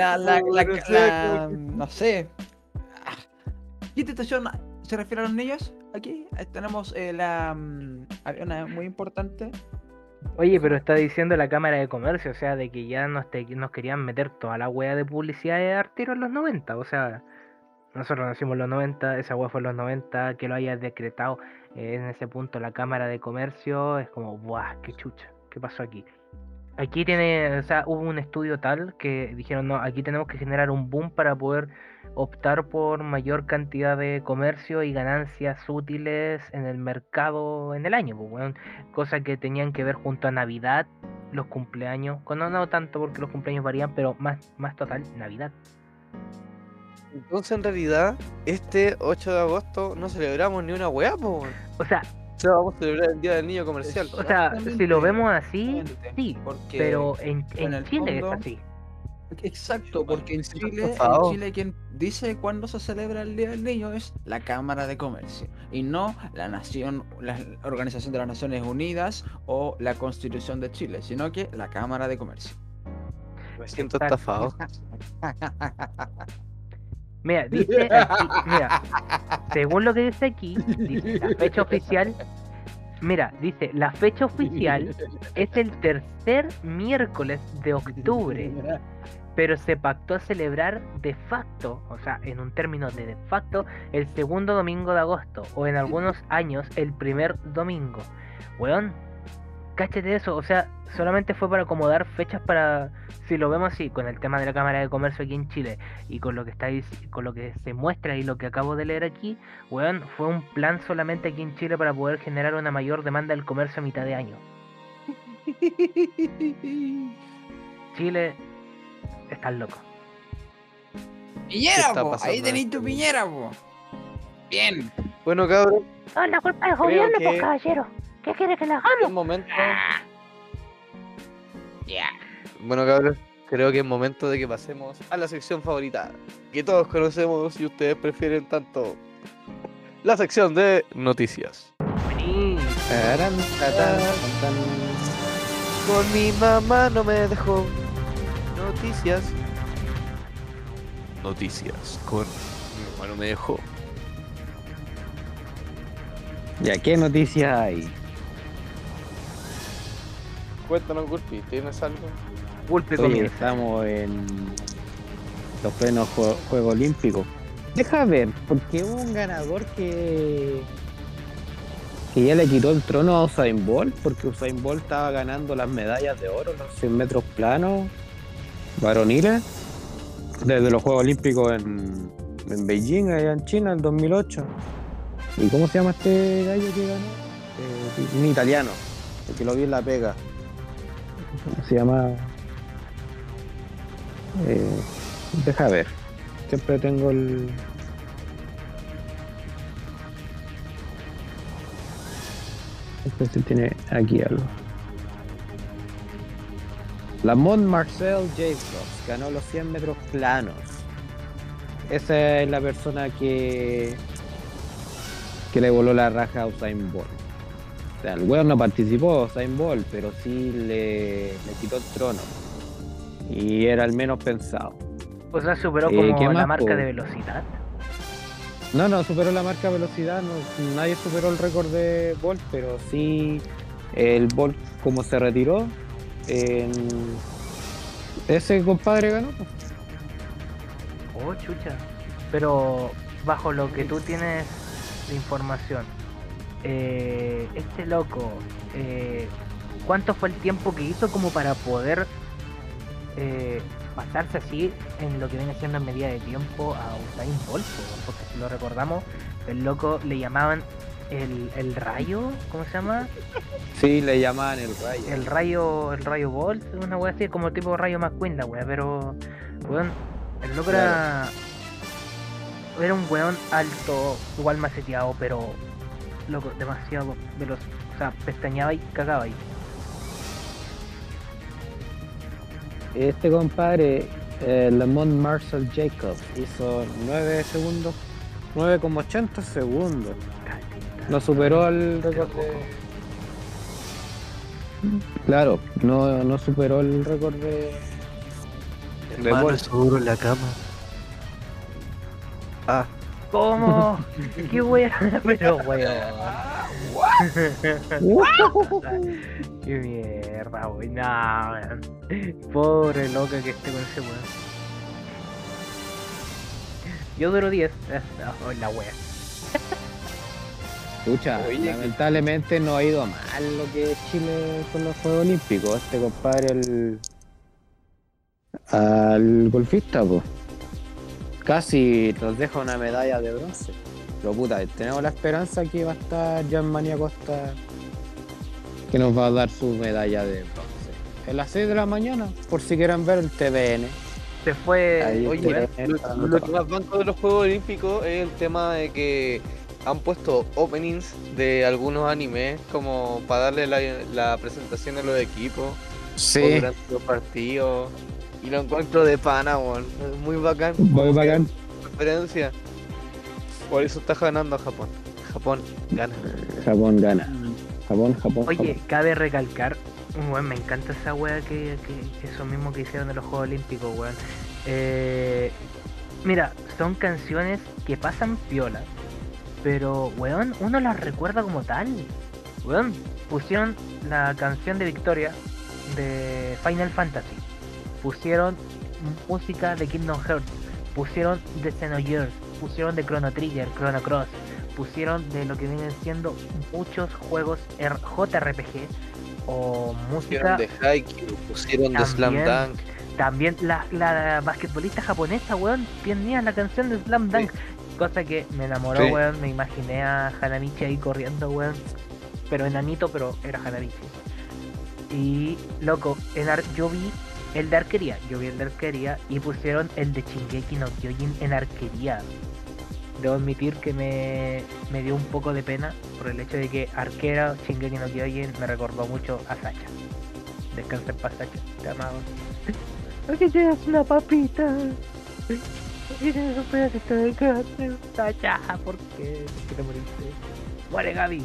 no sé. ¿Qué institución se refiere a los niños? Aquí tenemos había una muy importante. Oye, pero está diciendo la Cámara de Comercio, o sea, de que ya nos querían meter toda la wea de publicidad de Artiro en los 90. O sea, nosotros nacimos en los 90, esa wea fue en los 90, que lo haya decretado en ese punto la Cámara de Comercio, es como, ¡buah! ¡Qué chucha! ¿Qué pasó aquí? Aquí tiene, o sea, hubo un estudio tal que dijeron, no, aquí tenemos que generar un boom para poder optar por mayor cantidad de comercio y ganancias útiles en el mercado en el año, pues, weón. Cosa que tenían que ver junto a Navidad, los cumpleaños, no tanto porque los cumpleaños varían, pero más total, Navidad. Entonces, en realidad, este 8 de agosto no celebramos ni una weá, po. O sea, O sea, vamos a celebrar el Día del Niño Comercial. o sea, si lo vemos así, Exactamente, sí, porque pero en en el Chile fondo- es así. Exacto, porque en Estafado. Chile quien dice cuándo se celebra el Día del Niño es la Cámara de Comercio y no la Organización de las Naciones Unidas o la Constitución de Chile, sino que la Cámara de Comercio. Me siento Exacto. estafado. Mira, dice aquí, mira, según lo que dice aquí, dice la fecha oficial. Mira, dice, la fecha oficial es el tercer miércoles de octubre, pero se pactó celebrar de facto, o sea, en un término de facto, el segundo domingo de agosto, o en algunos años el primer domingo. Weón, cáchate eso, o sea, solamente fue para acomodar fechas para, si lo vemos así, con el tema de la Cámara de Comercio aquí en Chile, y con lo que con lo que se muestra y lo que acabo de leer aquí, weón, fue un plan solamente aquí en Chile para poder generar una mayor demanda del comercio a mitad de año. Chile, estás loco. Piñera, está po, pasando ahí en tenéis este tu mundo? Piñera, po. Bien. Bueno, cabrón, No, la culpa del Creo gobierno, pues que- caballero. ¿Qué quiere que le es hagamos? momento. Bueno, cabrón, creo que es momento de que pasemos a la sección favorita que todos conocemos y ustedes prefieren tanto. La sección de noticias. Vení. Tarán, tatán, tan, Con mi mamá no me dejó. Noticias. Noticias. Con mi mamá no me dejó. tan. Ya, ¿qué noticias hay? Cuéntanos, Gulpi, ¿tienes algo? Golpe Oye, comienza. estamos en los plenos Juegos Olímpicos. Deja ver, porque hubo un ganador que ya le quitó el trono a Usain Bolt, porque Usain Bolt estaba ganando las medallas de oro, los 100 metros planos varoniles, desde los Juegos Olímpicos en Beijing, allá en China, en 2008. ¿Y cómo se llama este gallo que ganó? Un italiano, porque lo vi en La Pega. ¿Cómo se llama? Deja ver. Siempre tengo el. Este se tiene aquí algo. Lamont Marcel Jacobs ganó los 100 metros planos. Esa es la persona que le voló la raja a Usain Bolt. O sea, el weón no participó, Usain Bolt, pero sí le quitó el trono. Y era el menos pensado. O sea, superó ¿qué como la más, marca po? de velocidad. No superó la marca velocidad, nadie superó el récord de Bolt, pero sí el Bolt como se retiró, ese compadre ganó. Pues. Oh, chucha. Pero bajo lo que tú tienes de información, este loco, ¿cuánto fue el tiempo que hizo como para poder pasarse así en lo que viene siendo en medida de tiempo a Usain Bolt? Porque si lo recordamos, el loco le llamaban el rayo, ¿cómo se llama? Sí, le llamaban el rayo. El rayo Bolt, una wea así, como tipo rayo McQueen la wea, pero weón, el loco Claro. era un weón alto, igual maceteado, pero loco, demasiado veloz. O sea, pestañeaba y cagaba ahí. Este compadre, Lamont Marcel Jacobs, hizo 9 segundos, 9,80 segundos. No superó el récord Claro, no superó el récord de Bolt. es duro en la cama. Ah, ¿Cómo? ¿Qué weón? Pero weón. Qué mierda, weón. Nah, weón. Pobre loca que esté con ese weón. Yo duro 10. Oh, la wea. Pucha, Oye, lamentablemente no ha ido mal lo que es Chile con los Juegos Olímpicos. Este compadre, al golfista, pues, casi nos deja una medalla de bronce. Pero puta, tenemos la esperanza que va a estar Gianmani Acosta, que nos va a dar su medalla de bronce. En las 6 de la mañana, por si quieren ver el TVN. Se fue. Ahí Oye, está, lo que más banco de los Juegos Olímpicos es el tema de que han puesto openings de algunos animes como para darle la presentación a los equipos o Sí, durante los partidos. Y lo encuentro de pana, weón. Es muy bacán. muy bacán. Referencia. Por eso está ganando Japón. Japón gana. Japón gana. Japón. Oye, cabe recalcar, weón, me encanta esa wea que eso mismo que hicieron en los Juegos Olímpicos, weón. Mira, son canciones que pasan piola, pero, weón, uno las recuerda como tal. Weón, pusieron la canción de Victoria de Final Fantasy, pusieron música de Kingdom Hearts, pusieron de Xenogears, pusieron de Chrono Trigger, Chrono Cross, pusieron de lo que vienen siendo muchos juegos JRPG o música. Pusieron de Haikyuu, pusieron de Slam También. Dunk. También la basquetbolista japonesa, weón, tenía la canción de Slam Dunk, cosa que me enamoró, Sí. weón. Me imaginé a Hanamichi ahí corriendo, weón, pero enanito, pero era Hanamichi. Y loco, yo vi el de arquería y pusieron el de Shingeki no Kyojin en arquería. Debo admitir que me dio un poco de pena por el hecho de que arquera Shingeki no Kyojin me recordó mucho a Sacha. Descansa en paz, Sacha, te amaba. Aquí tienes una papita. Aquí tienes un pedacito de carne. Sacha, ¿por qué? ¿Por qué te moriste? Muere Gaby.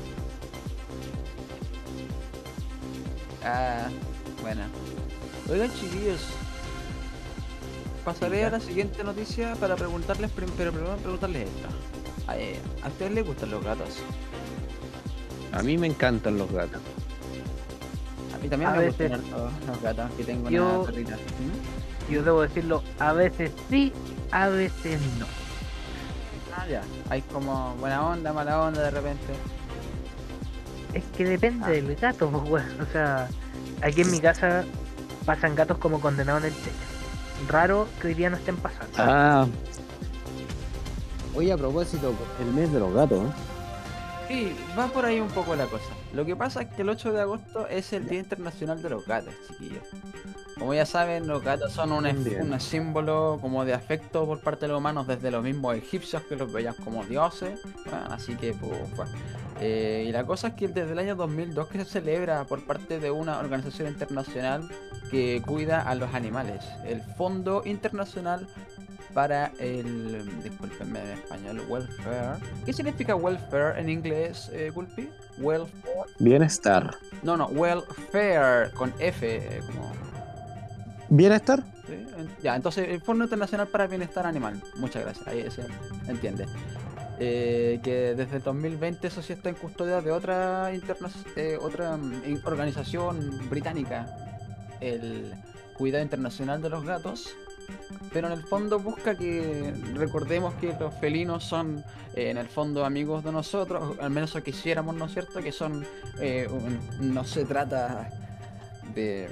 Ah, bueno. Oigan, chiquillos, pasaré a la siguiente noticia para preguntarles, pero primero preguntarles esto. ¿A ustedes les gustan los gatos? A mí me encantan los gatos. A mí también A me veces. gustan harto los gatos, que tengo Yo- una perrita. ¿Mm? Yo debo decirlo, a veces sí, a veces no. Ah, ya. Hay como buena onda, mala onda de repente. Es que depende del gato, pues, weón. O sea, aquí en mi casa pasan gatos como condenados en el techo. Raro que hoy día no estén pasando. Ah. Oye, a propósito, el mes de los gatos, ¿eh? Sí, va por ahí un poco la cosa. Lo que pasa es que el 8 de agosto es el Día Internacional de los Gatos, chiquillos. Como ya saben, los gatos son un símbolo como de afecto por parte de los humanos desde los mismos egipcios que los veían como dioses. Bueno, así que, pues, bueno. Y la cosa es que desde el año 2002 que se celebra por parte de una organización internacional que cuida a los animales, el Fondo Internacional para discúlpenme en español, welfare. ¿Qué significa welfare en inglés, Gulpi? Welfare. Bienestar. No, welfare con F, como... ¿Bienestar? ¿sí? Ya, entonces el Fondo Internacional para el Bienestar Animal. Muchas gracias, ahí se entiende. Que desde el 2020 eso sí está en custodia de otra organización británica, el Cuidado Internacional de los Gatos. Pero en el fondo busca que recordemos que los felinos son en el fondo amigos de nosotros, al menos eso quisiéramos, ¿no es cierto? Que son, no se trata de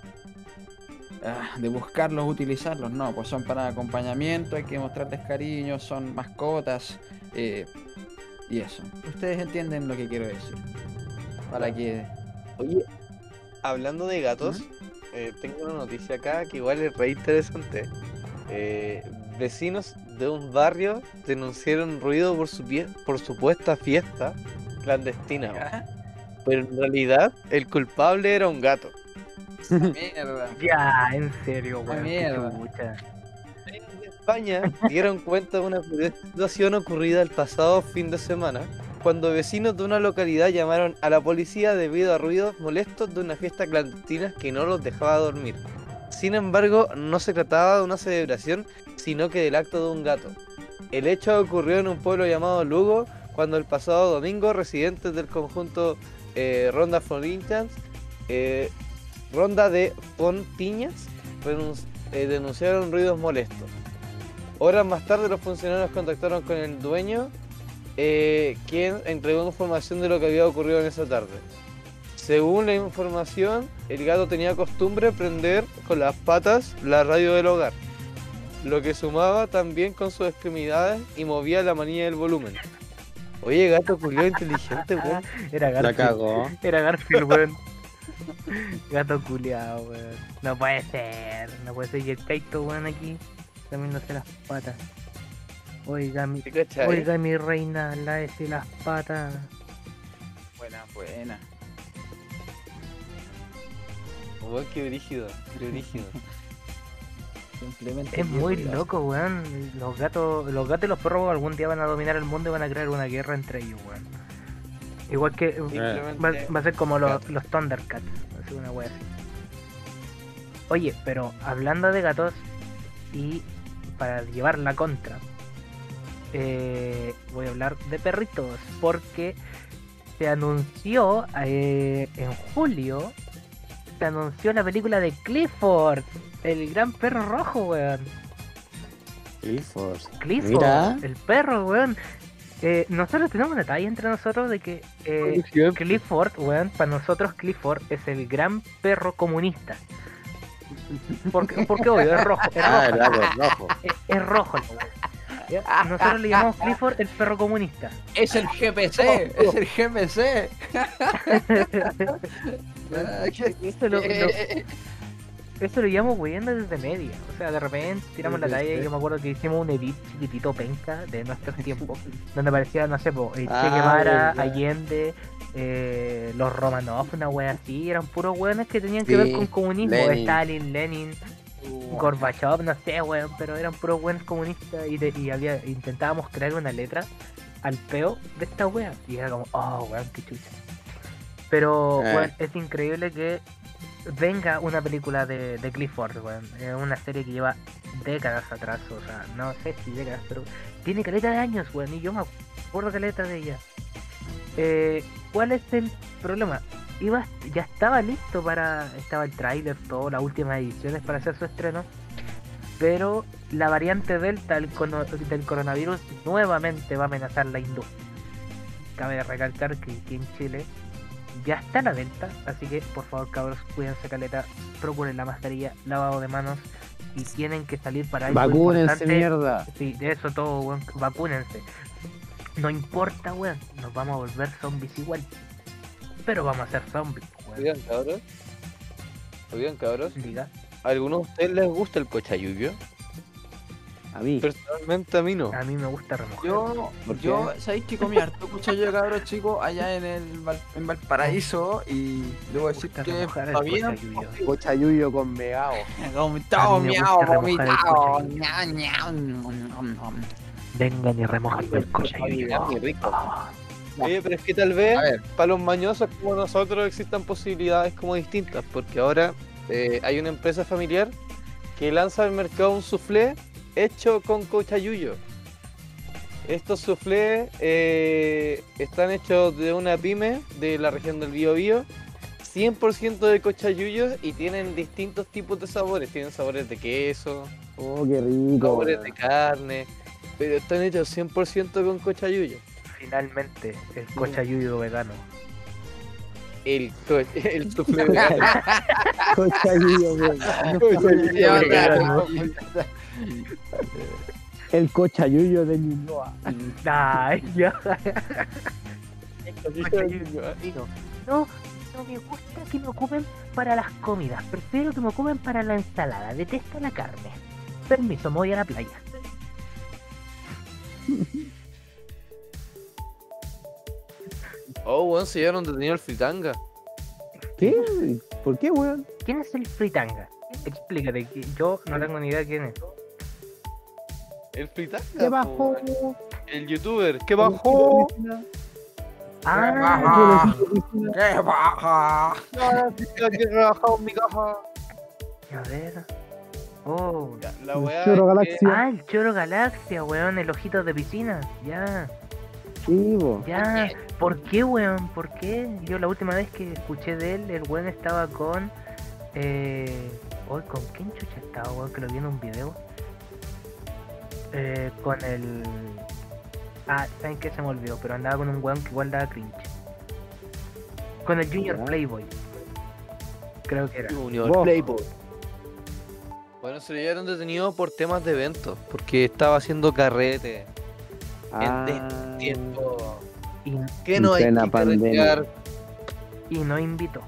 buscarlos, utilizarlos, no, pues son para acompañamiento, hay que mostrarles cariño, son mascotas, y eso. Ustedes entienden lo que quiero decir. Para que... Oye, hablando de gatos, tengo una noticia acá que igual es re interesante. Vecinos de un barrio denunciaron ruido por supuesta fiesta clandestina, weón. Pero en realidad el culpable era un gato. Mierda. Ya, en serio, weón. Qué mierda. chucha. Medios de España dieron cuenta de una situación ocurrida el pasado fin de semana, cuando vecinos de una localidad llamaron a la policía debido a ruidos molestos de una fiesta clandestina que no los dejaba dormir. Sin embargo, no se trataba de una celebración, sino que del acto de un gato. El hecho ocurrió en un pueblo llamado Lugo, cuando el pasado domingo residentes del conjunto Ronda de Fontiñas denunciaron ruidos molestos. Horas más tarde los funcionarios contactaron con el dueño quien entregó información de lo que había ocurrido en esa tarde. Según la información, el gato tenía costumbre prender con las patas la radio del hogar, lo que sumaba también con sus extremidades y movía la manilla del volumen. Oye, gato culiao inteligente, weón. Era La Garfield. cagó. Era Garfield, weón. Gato culiao, weón. No puede ser. No puede ser. Y el Kaito, weón, aquí comiéndose las patas. Oiga, ¿Te cachai? oiga, mi reina, lávese las patas. Buena, buena. Weón, qué brígido, qué brígido. Simplemente Es muy cuidado. loco, weón. Los gatos y los perros algún día van a dominar el mundo y van a crear una guerra entre ellos, weón. Igual que Simplemente va a ser como gatos. los Thundercats, así una wea así. Oye, pero hablando de gatos y para llevar la contra, voy a hablar de perritos porque se anunció en julio, se anunció la película de Clifford, el gran perro rojo, weón. Clifford. Clifford, Mira. el perro, weón. Nosotros tenemos una talla entre nosotros de que Clifford, weón, para nosotros Clifford es el gran perro comunista. Porque obvio, es rojo, es Ah, rojo, el gato rojo. es rojo, weón. ¿Ya? Nosotros le llamamos Clifford el perro comunista. Es el GPC, es el GPC. Eso lo llevamos weyendo desde media. O sea, de repente tiramos la talla y yo me acuerdo que hicimos un edit chiquitito penca de nuestros tiempos, donde aparecía, no sé, Che Guevara, verdad. Allende, los Romanov, una wea así, eran puros weones que tenían que ver Sí, con comunismo, Lenin. Stalin, Lenin, Gorbachev, no sé, weón, pero eran puros weones comunistas y intentábamos crear una letra al peo de esta wea. Y era como, oh, weón, qué chucha. Pero, weón, es increíble que venga una película de Clifford, weón. Es una serie que lleva décadas atrás, o sea, no sé si décadas, pero tiene caleta de años, weón, y yo me acuerdo caleta de ella. ¿Cuál es el problema? Ya estaba listo estaba el tráiler, todo, las últimas ediciones para hacer su estreno, pero la variante Delta del coronavirus nuevamente va a amenazar la industria. Cabe recalcar que aquí en Chile ya está la Delta, así que por favor cabros, cuídense caleta, procuren la mascarilla, lavado de manos y tienen que salir para algo Vacúnense, importante. mierda. Sí, de eso todo, weón, vacúnense. No importa, weón, nos vamos a volver zombies igual. Pero vamos a ser zombies, weón. Oigan, cabros. Diga. ¿A alguno de ustedes les gusta el cochayuyo? A mí. Personalmente a mí no. A mí me gusta remojar. ¿Por qué? Yo, ¿sabéis que comí harto cuchillo de cabros chicos allá en Valparaíso? Y debo decir gusta que remojar el está bien. cochayuyo. Cochayuyo con megao. Todo A mí me miau, gusta remojar el vomitado. cochayuyo. Ñau, ñau, ñau. Vengan y remojan el cochayuyo. Qué rico. Ah, Oye, pero es que tal vez A ver. para los mañosos como nosotros existan posibilidades como distintas, porque ahora hay una empresa familiar que lanza al mercado un soufflé hecho con cochayuyo. Estos soufflés están hechos de una pyme de la región del Biobío, 100% de cochayuyos y tienen distintos tipos de sabores. Tienen sabores de queso, Oh, qué rico. sabores de carne, pero están hechos 100% con cochayuyo. Finalmente, el cochayuyo vegano. El soufflé vegano. Cochayuyo, weón. Cochayuyo vegano. El cochayuyo de Ñuñoa. Ay, ya. vegano. No, no me gusta que me ocupen para las comidas. Prefiero que me ocupen para la ensalada. Detesto la carne. Permiso, me voy a la playa. Oh, weón, se llevaron detenido el fritanga. ¿Qué? ¿Por qué, weón? ¿Quién es el fritanga? Explícate, que yo no tengo ni idea de quién es. El fritanga. ¿Qué po, bajó? weón. El youtuber. ¿Qué bajó? Ah, ¡Qué baja! ¿Qué bajó mi caja? a ver. Oh, La weá. Choro es que- Galaxia. el Choro Galaxia, weón, el ojito de piscina. Ya, Sí, po. ya. ¿Por qué, weón? ¿Por qué? Yo la última vez que escuché de él, el weón estaba con. ¿Con quién chucha estaba, weón? Que lo vi en un video. Con el. Ah, ¿saben qué? Se me olvidó, pero andaba con un weón que igual daba cringe. Con el Junior Ya. Playboy. Creo que era. Junior Vos. Playboy. Bueno, se le llevaron detenido por temas de eventos, porque estaba haciendo carrete Ah, en tiempo. Y, ¿Qué En no hay plena que pandemia. carretear? y no invitó.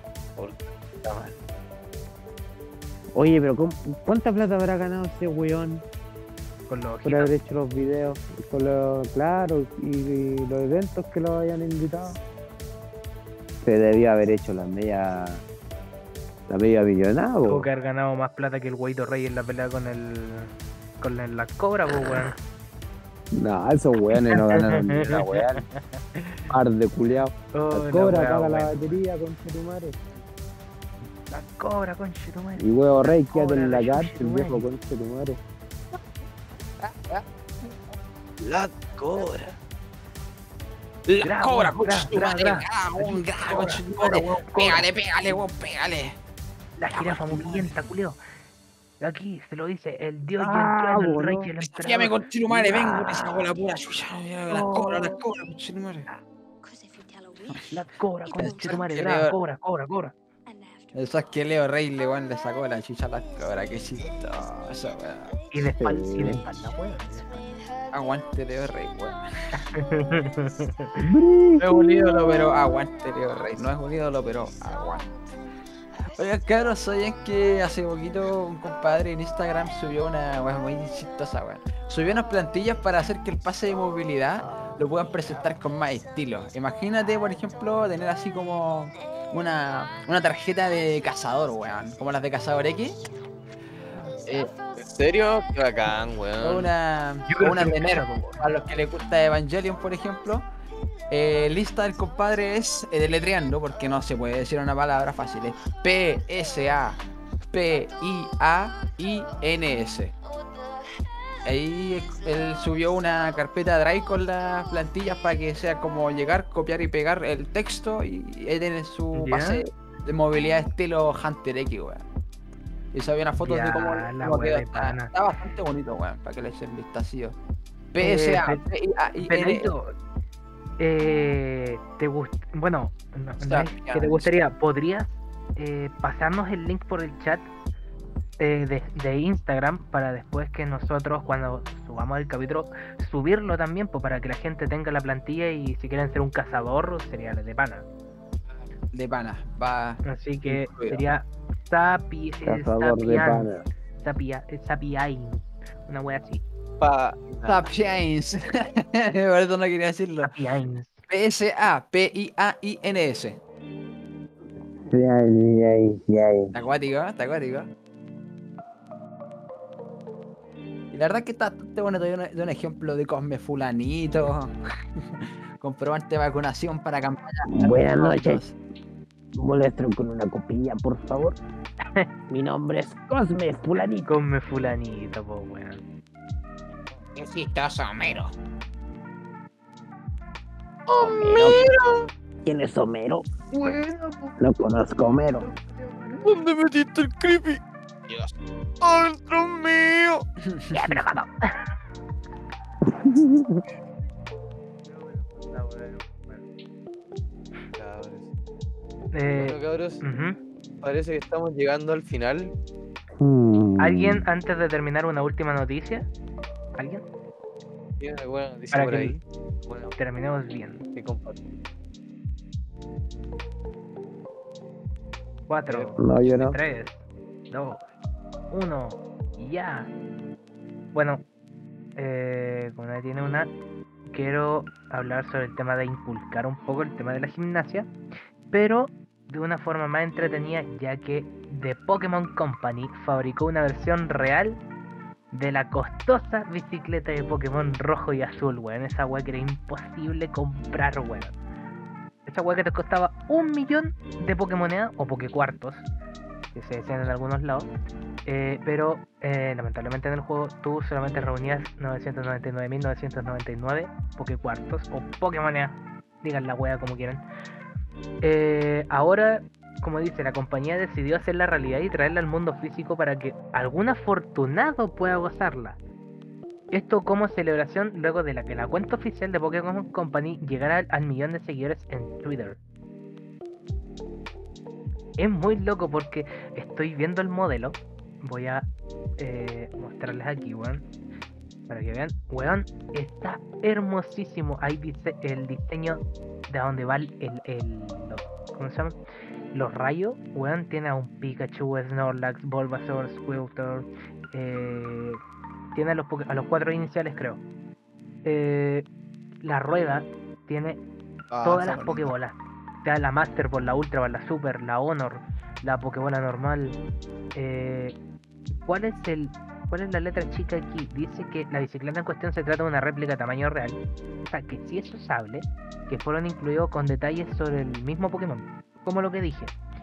Oye, pero ¿cuánta plata habrá ganado ese weón Con los por haber hecho los videos? Claro, y los eventos que lo hayan invitado. Se debía haber hecho la media millonada, Tuvo po. que haber ganado más plata que el Guaito Rey en la pelea con la cobra, pues weón. No, esos weones no ganaron ni una weá. Par de culiados. Oh, La la cobra wea caga la buena. batería con tu madre. La cobra, conchetumare. Y huevo rey, quédate Cobra en la de cárcel, Chuchitumare. viejo con tu madre. La cobra. Gra, Cobra, weón, gra, gra, gra. un Cobra, cobra, weón, cobra. Pégale, weón, pégale. La jirafa mugrienta, culeo. Aquí se lo dice el dios Ah, Yanquiano, el bo, rey ¿no? y el Desafíame emperador. con Chilumare, vengo, te Ah. saco la pura chucha. Las cobras, con Chilumare. La cobra, conchetumare, que gra, Leo- cobra, cobra, cobra. Eso es que Leo Rey le sacó la chucha a la cobra, qué chistoso, weón. Y de espalda, y de espalda, weón. Aguante Leo Rey, weón. No es un ídolo, pero aguante Leo Rey. No es un ídolo, pero aguante. Oigan, cabros, ¿sabían que hace poquito un compadre en Instagram subió una weá muy chistosa, weón? Subió unas plantillas para hacer que el pase de movilidad lo puedan presentar con más estilo. Imagínate, por ejemplo, tener así como una tarjeta de cazador, weón. Como las de Cazador X. ¿En serio? Qué bacán, O weón. una, Yo creo o una que de me Nerf, a los que les gusta Evangelion, por ejemplo. Lista del compadre es deletreando, porque no se puede decir una palabra fácil. Es PSAPIAINS. Ahí él subió una carpeta Drive con las plantillas para que sea como llegar, copiar y pegar el texto y él tiene su Ya. pase de movilidad estilo Hunter X, weón. Y subió unas fotos de Ya, cómo la queda. wea de Está, pana. está bastante bonito, weón, para que le echen vistacillo. PSAPIAINS. Peladito, bueno, no es que te ya, gustaría, ¿podrías pasarnos el link por el chat de Instagram para después que nosotros cuando subamos el capítulo subirlo también pues, para que la gente tenga la plantilla y si quieren ser un cazador sería de pana? De pana, va. Así que incluido. sería Cazador de pana. Sapiain, una wea así, Sapiens. Por eso no quería decirlo. Sapiain. PSAPIAINS. Está acuático, está acuático. Y la verdad que está bastante bueno. Te doy un ejemplo de Cosme Fulanito. Comprobante de vacunación para campaña. Buenas noches. Molesto con una copilla, por favor. Mi nombre es Cosme Fulanito. Come fulanito, po weón. Qué chistoso, Homero. Homero. ¿Quién es Homero? No conozco a Homero. ¿Dónde metiste el creepy? Dios. ¡Adentro mío! Ya, pero no. Cabros. Eh, Bueno, cabros, ujú. parece que estamos llegando al final. ¿Alguien antes de terminar una última noticia? ¿Alguien? ¿Tiene alguna noticia Para por que- ahí? Bueno, Terminemos bien. que compartir. 4, No, yo no. 3, 2, 1, ya. Bueno, como nadie tiene una, quiero hablar sobre el tema de inculcar un poco el tema de la gimnasia, pero de una forma más entretenida, ya que The Pokémon Company fabricó una versión real de la costosa bicicleta de Pokémon rojo y azul, weón. Esa weá que era imposible comprar, weón. Esa weá que te costaba 1.000.000 de Pokémonedas o Pokécuartos, que se decían en algunos lados. Pero lamentablemente en el juego tú solamente reunías 999.999 Pokécuartos o Pokémonedas, digan la wea como quieran. Ahora, como dice, la compañía decidió hacerla realidad y traerla al mundo físico para que algún afortunado pueda gozarla. Esto como celebración luego de que la cuenta oficial de Pokémon Company llegara al millón de seguidores en Twitter. Es muy loco porque estoy viendo el modelo. Voy a mostrarles aquí, weón. Para que vean, weón, está hermosísimo. Ahí dice el diseño de donde va ¿cómo se llama? Los rayos, weón, tiene a un Pikachu, Snorlax, Bulbasaur, Squirtle, tiene a los 4 iniciales, creo. La rueda tiene todas está las bonito. Pokébolas. O sea, la Master Ball, la Ultra Ball, la Super, la Honor, la Pokébola normal. ¿Cuál es la letra chica aquí? Dice que la bicicleta en cuestión se trata de una réplica a tamaño real. O sea, que sí es usable, que fueron incluidos con detalles sobre el mismo Pokémon. Como lo que dije.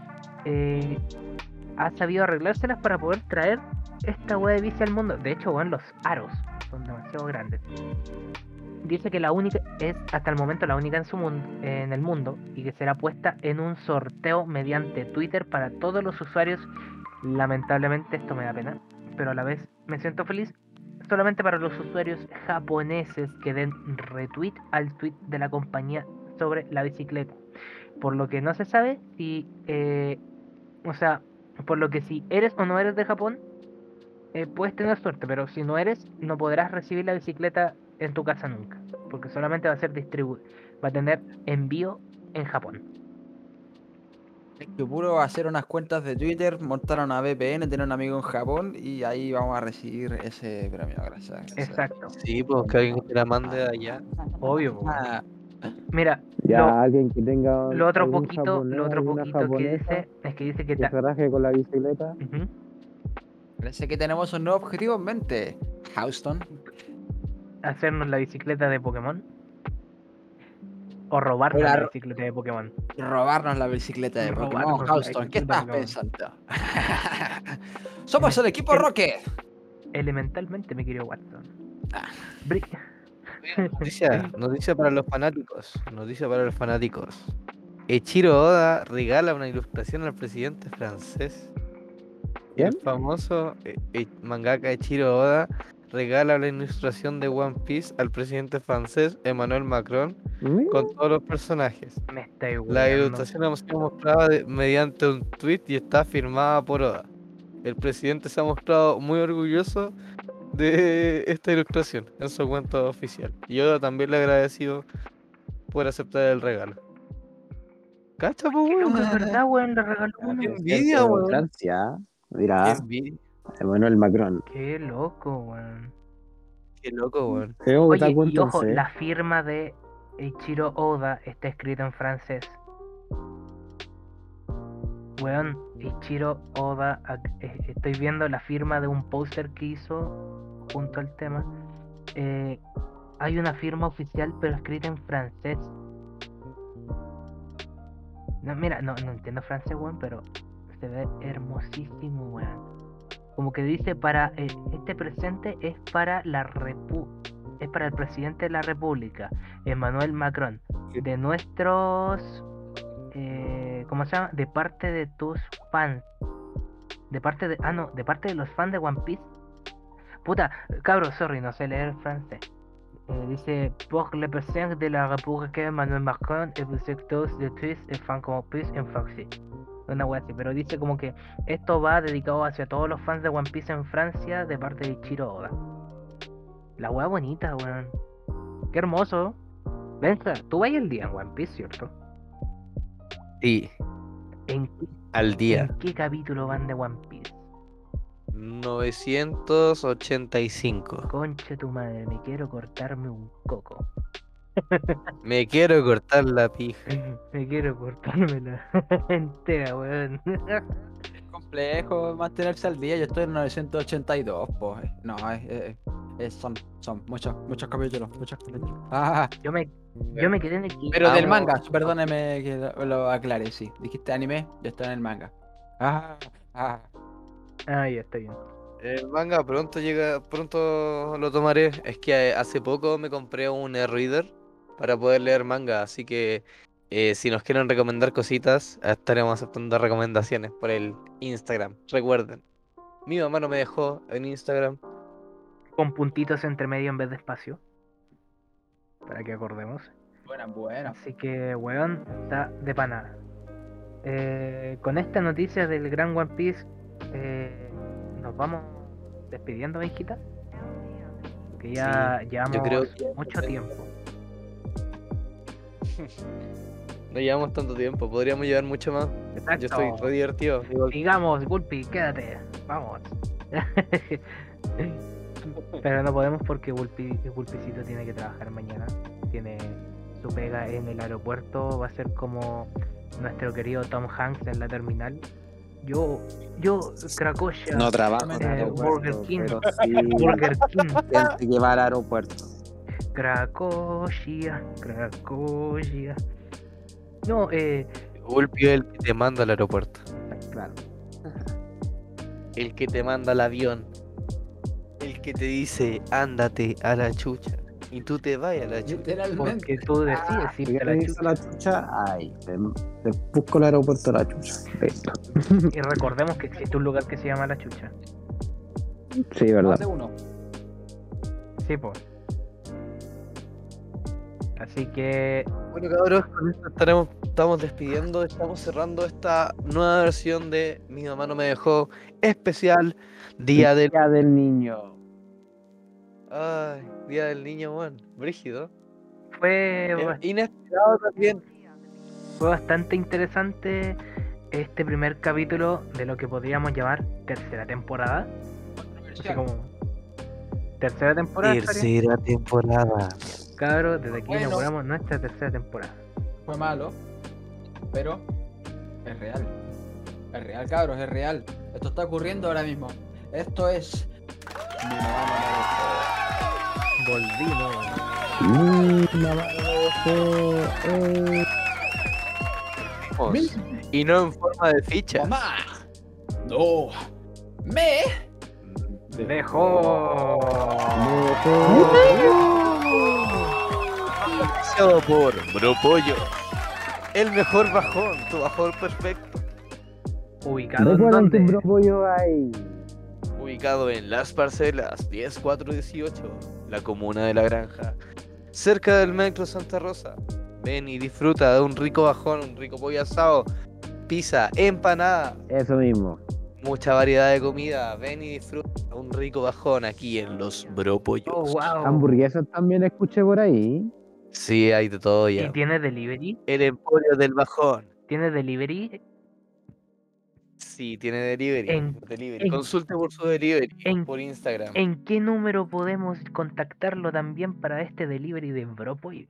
Ha sabido arreglárselas para poder traer esta wea de bici al mundo. De hecho, weón, los aros son demasiado grandes. Dice que la única es hasta el momento la única en el mundo y que será puesta en un sorteo mediante Twitter para todos los usuarios. Lamentablemente esto me da pena, pero a la vez me siento feliz solamente para los usuarios japoneses que den retweet al tweet de la compañía sobre la bicicleta. Por lo que no se sabe si, o sea, por lo que si eres o no eres de Japón, puedes tener suerte, pero si no eres, no podrás recibir la bicicleta en tu casa nunca, porque solamente va a ser va a tener envío en Japón. Es que puro hacer unas cuentas de Twitter, montar una VPN, tener un amigo en Japón y ahí vamos a recibir ese premio. Gracias. Exacto, Sí, pues que alguien te la mande de allá. obvio, po. Ah, Mira, Ya alguien que tenga lo otro algún poquito, japonés, lo otro alguna poquito que japonesa dice es que dice que que se raje con la bicicleta. Ujú. parece que tenemos un nuevo objetivo en mente. Houston. Hacernos la bicicleta de Pokémon o robarnos Hola, la bicicleta de Pokémon. robarnos la bicicleta de Pokémon. Robarnos la Houston, ¿qué bicicleta de estás Pokémon. pensando? Somos el equipo Rocket. Elementalmente, mi querido Watson. Ah. Noticia para los fanáticos. Noticia para los fanáticos. Eiichiro Oda regala una ilustración al presidente francés. Y el ¿Quién? famoso mangaka Eiichiro Oda regala la ilustración de One Piece al presidente francés Emmanuel Macron Mira, con todos los personajes. Me estáis La weando. ilustración ha sido mostrada mediante un tweet y está firmada por Oda. El presidente se ha mostrado muy orgulloso de esta ilustración en su cuenta oficial. Y Oda también le ha agradecido por aceptar el regalo. ¿Cacha, po, Qué loco, weón? es verdad, weón, le regaló uno. Qué es envidia, cierto, weón. Francia. Qué Mira, envidia. Emmanuel Macron. Qué loco, weón. Qué loco, weón. Creo que está Oye, con y ojo, 11. la firma de Eiichiro Oda está escrita en francés. Weón, Eiichiro Oda, estoy viendo la firma de un póster que hizo junto al tema. Hay una firma oficial pero escrita en francés. No, mira, no entiendo francés, weón, pero se ve hermosísimo, weón. Como que dice este presente es para es para el presidente de la República, Emmanuel Macron, de nuestros ¿cómo se llama? De parte de tus fans. De parte de los fans de One Piece. Puta, cabro, sorry, no sé leer francés. Dice, pour le président de la République Emmanuel Macron et vous secteurs de tous et franco-piece en Francia. Una wea así, pero dice como que esto va dedicado hacia todos los fans de One Piece en Francia de parte de Ichiro Oda. La wea bonita, weón. Qué hermoso. Benja, tú vas el día en One Piece, ¿cierto? Sí, ¿En al día. qué capítulo van de One Piece? 985. Concha tu madre, me quiero cortarme un coco. Me quiero cortar la pija. Me quiero cortármela entera, weón. Es complejo mantenerse al día. Yo estoy en 982, pues. No, son muchos capítulos. Ah, Yo me quedé en el pero del Vamos. manga, perdóneme que lo aclare, sí. Dijiste anime, yo estoy en el manga. Ah. Ah, ya está bien. El manga pronto llega, pronto lo tomaré. Es que hace poco me compré un e-reader para poder leer manga, así que si nos quieren recomendar cositas, estaremos aceptando recomendaciones por el Instagram. Recuerden, mi mamá no me dejó en Instagram, con puntitos entre medio en vez de espacio. Para que acordemos. Buena. Así que, weón, está de pana. Con esta noticia del gran One Piece, nos vamos despidiendo, Benjita. Que ya Sí, yo llevamos creo que mucho tiempo. no llevamos tanto tiempo, podríamos llevar mucho más. Yo estoy Exacto. re divertido. Igual. Sigamos, Gulpi, quédate. Vamos. Pero no podemos porque Gulpicito tiene que trabajar mañana. Tiene su pega en el aeropuerto. Va a ser como nuestro querido Tom Hanks en la terminal. Yo, Cracovia. No trabajo en Burger aeropuerto, King. pero sí Burger King. gente que va al aeropuerto. Cracovia. No, Ulpio es el que te manda al aeropuerto. Claro. El que te manda al avión. El que te dice, ándate a la chucha. Y tú te vas a la chucha. Literalmente. porque tú decides Si irte a te la dice chucha. la chucha, ay, te busco el aeropuerto a la chucha. Listo. Y recordemos que existe un lugar que se llama La Chucha. Sí, Más verdad. de uno. Sí, pues. Así que Bueno, cabros, con esto estamos despidiendo, estamos cerrando esta nueva versión de Mi mamá no me dejó, especial Día del... Día del niño. Ay, Día del Niño, Juan, brígido. fue, Inesperado también. fue bastante interesante este primer capítulo de lo que podríamos llamar tercera temporada. Así como tercera temporada. estaría. Tercera temporada. Cabros, desde aquí Bueno. inauguramos nuestra tercera temporada. Fue malo, pero es real. Es real, cabros, es real. Esto está ocurriendo ahora mismo. Esto es. Mi mamá Volvimos. Mi mamá me dejó. Y no en forma de ficha. ¡Mamá! ¡No! ¡Me! Dejó. Auspiciado por Bropollo. El mejor bajón, tu bajón perfecto. Ubicado en Recuerden que dónde? Bropollo hay. Ubicado en Las Parcelas 10418, la comuna de La Granja, cerca del Metro Santa Rosa. Ven y disfruta de un rico bajón, un rico pollo asado, pizza, empanada, Eso mismo. mucha variedad de comida. Ven y disfruta de un rico bajón aquí en los Bropollos. Oh, wow. Hamburguesas también escuché por ahí. Sí, hay de todo ¿Y ya. tiene delivery? El emporio del bajón. ¿Tiene delivery? Sí, tiene delivery. En- Delivery. en- Consulte por su delivery en- por Instagram. ¿En qué número podemos contactarlo también para este delivery de Bropollos?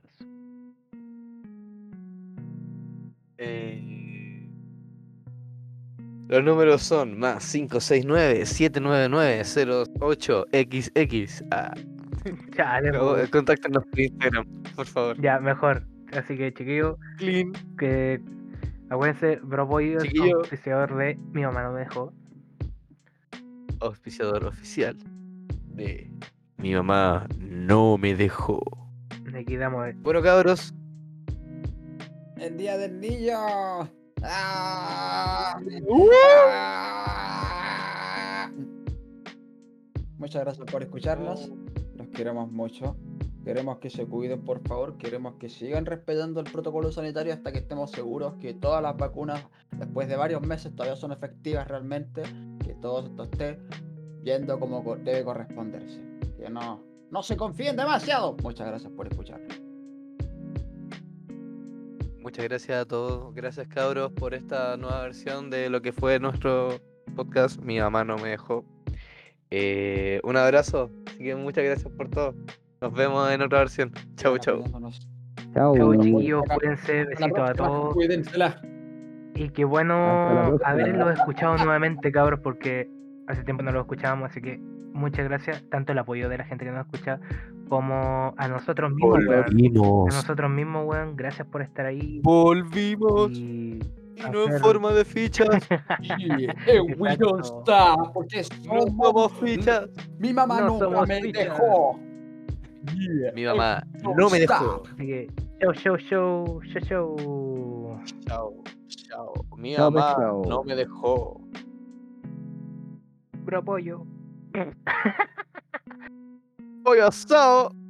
Los números son más 569-799-08XX. Chale, pues. Contáctenos por Instagram, por favor. Ya, mejor. Así que, chiquillos, Clean. que acuérdense, Bropollos, Chiquillo. auspiciador de Mi mamá no me dejó. Auspiciador oficial de Mi mamá no me dejó. Aquí damos. Bueno, cabros, ¡El día del niño! ¡Ah! ¡Ah! Muchas gracias por escucharnos. Los queremos mucho. Queremos que se cuiden, por favor. Queremos que sigan respetando el protocolo sanitario hasta que estemos seguros que todas las vacunas, después de varios meses, todavía son efectivas realmente. Que todo esto esté yendo como debe corresponderse. Que no se confíen demasiado. Muchas gracias por escucharnos. muchas gracias a todos. Gracias, cabros, por esta nueva versión de lo que fue nuestro podcast. Mi mamá no me dejó. Un abrazo. Así que muchas gracias por todo. Nos vemos en otra versión. Chau, chau. Cuidándonos. Chao. Chau, chiquillos, cuídense, Hasta la besitos a próxima. todos. Cuídensela. Y qué Hasta la bueno próxima. haberlos escuchado nuevamente, cabros, porque hace tiempo no los escuchábamos, así que muchas gracias, tanto el apoyo de la gente que nos escucha como a nosotros mismos, weón. A Volvimos. nosotros mismos, weón, gracias por estar ahí. Volvimos. Y Y no en hacer- forma de fichas. We don't stop. Porque No somos fichas. Mi mamá No nunca somos me fichas. dejó. Mi mamá Don't no me stop. dejó. Así que, show. Chao, chao. Mi Chao, mamá chao. no me dejó. Bro pollo. pollo asado.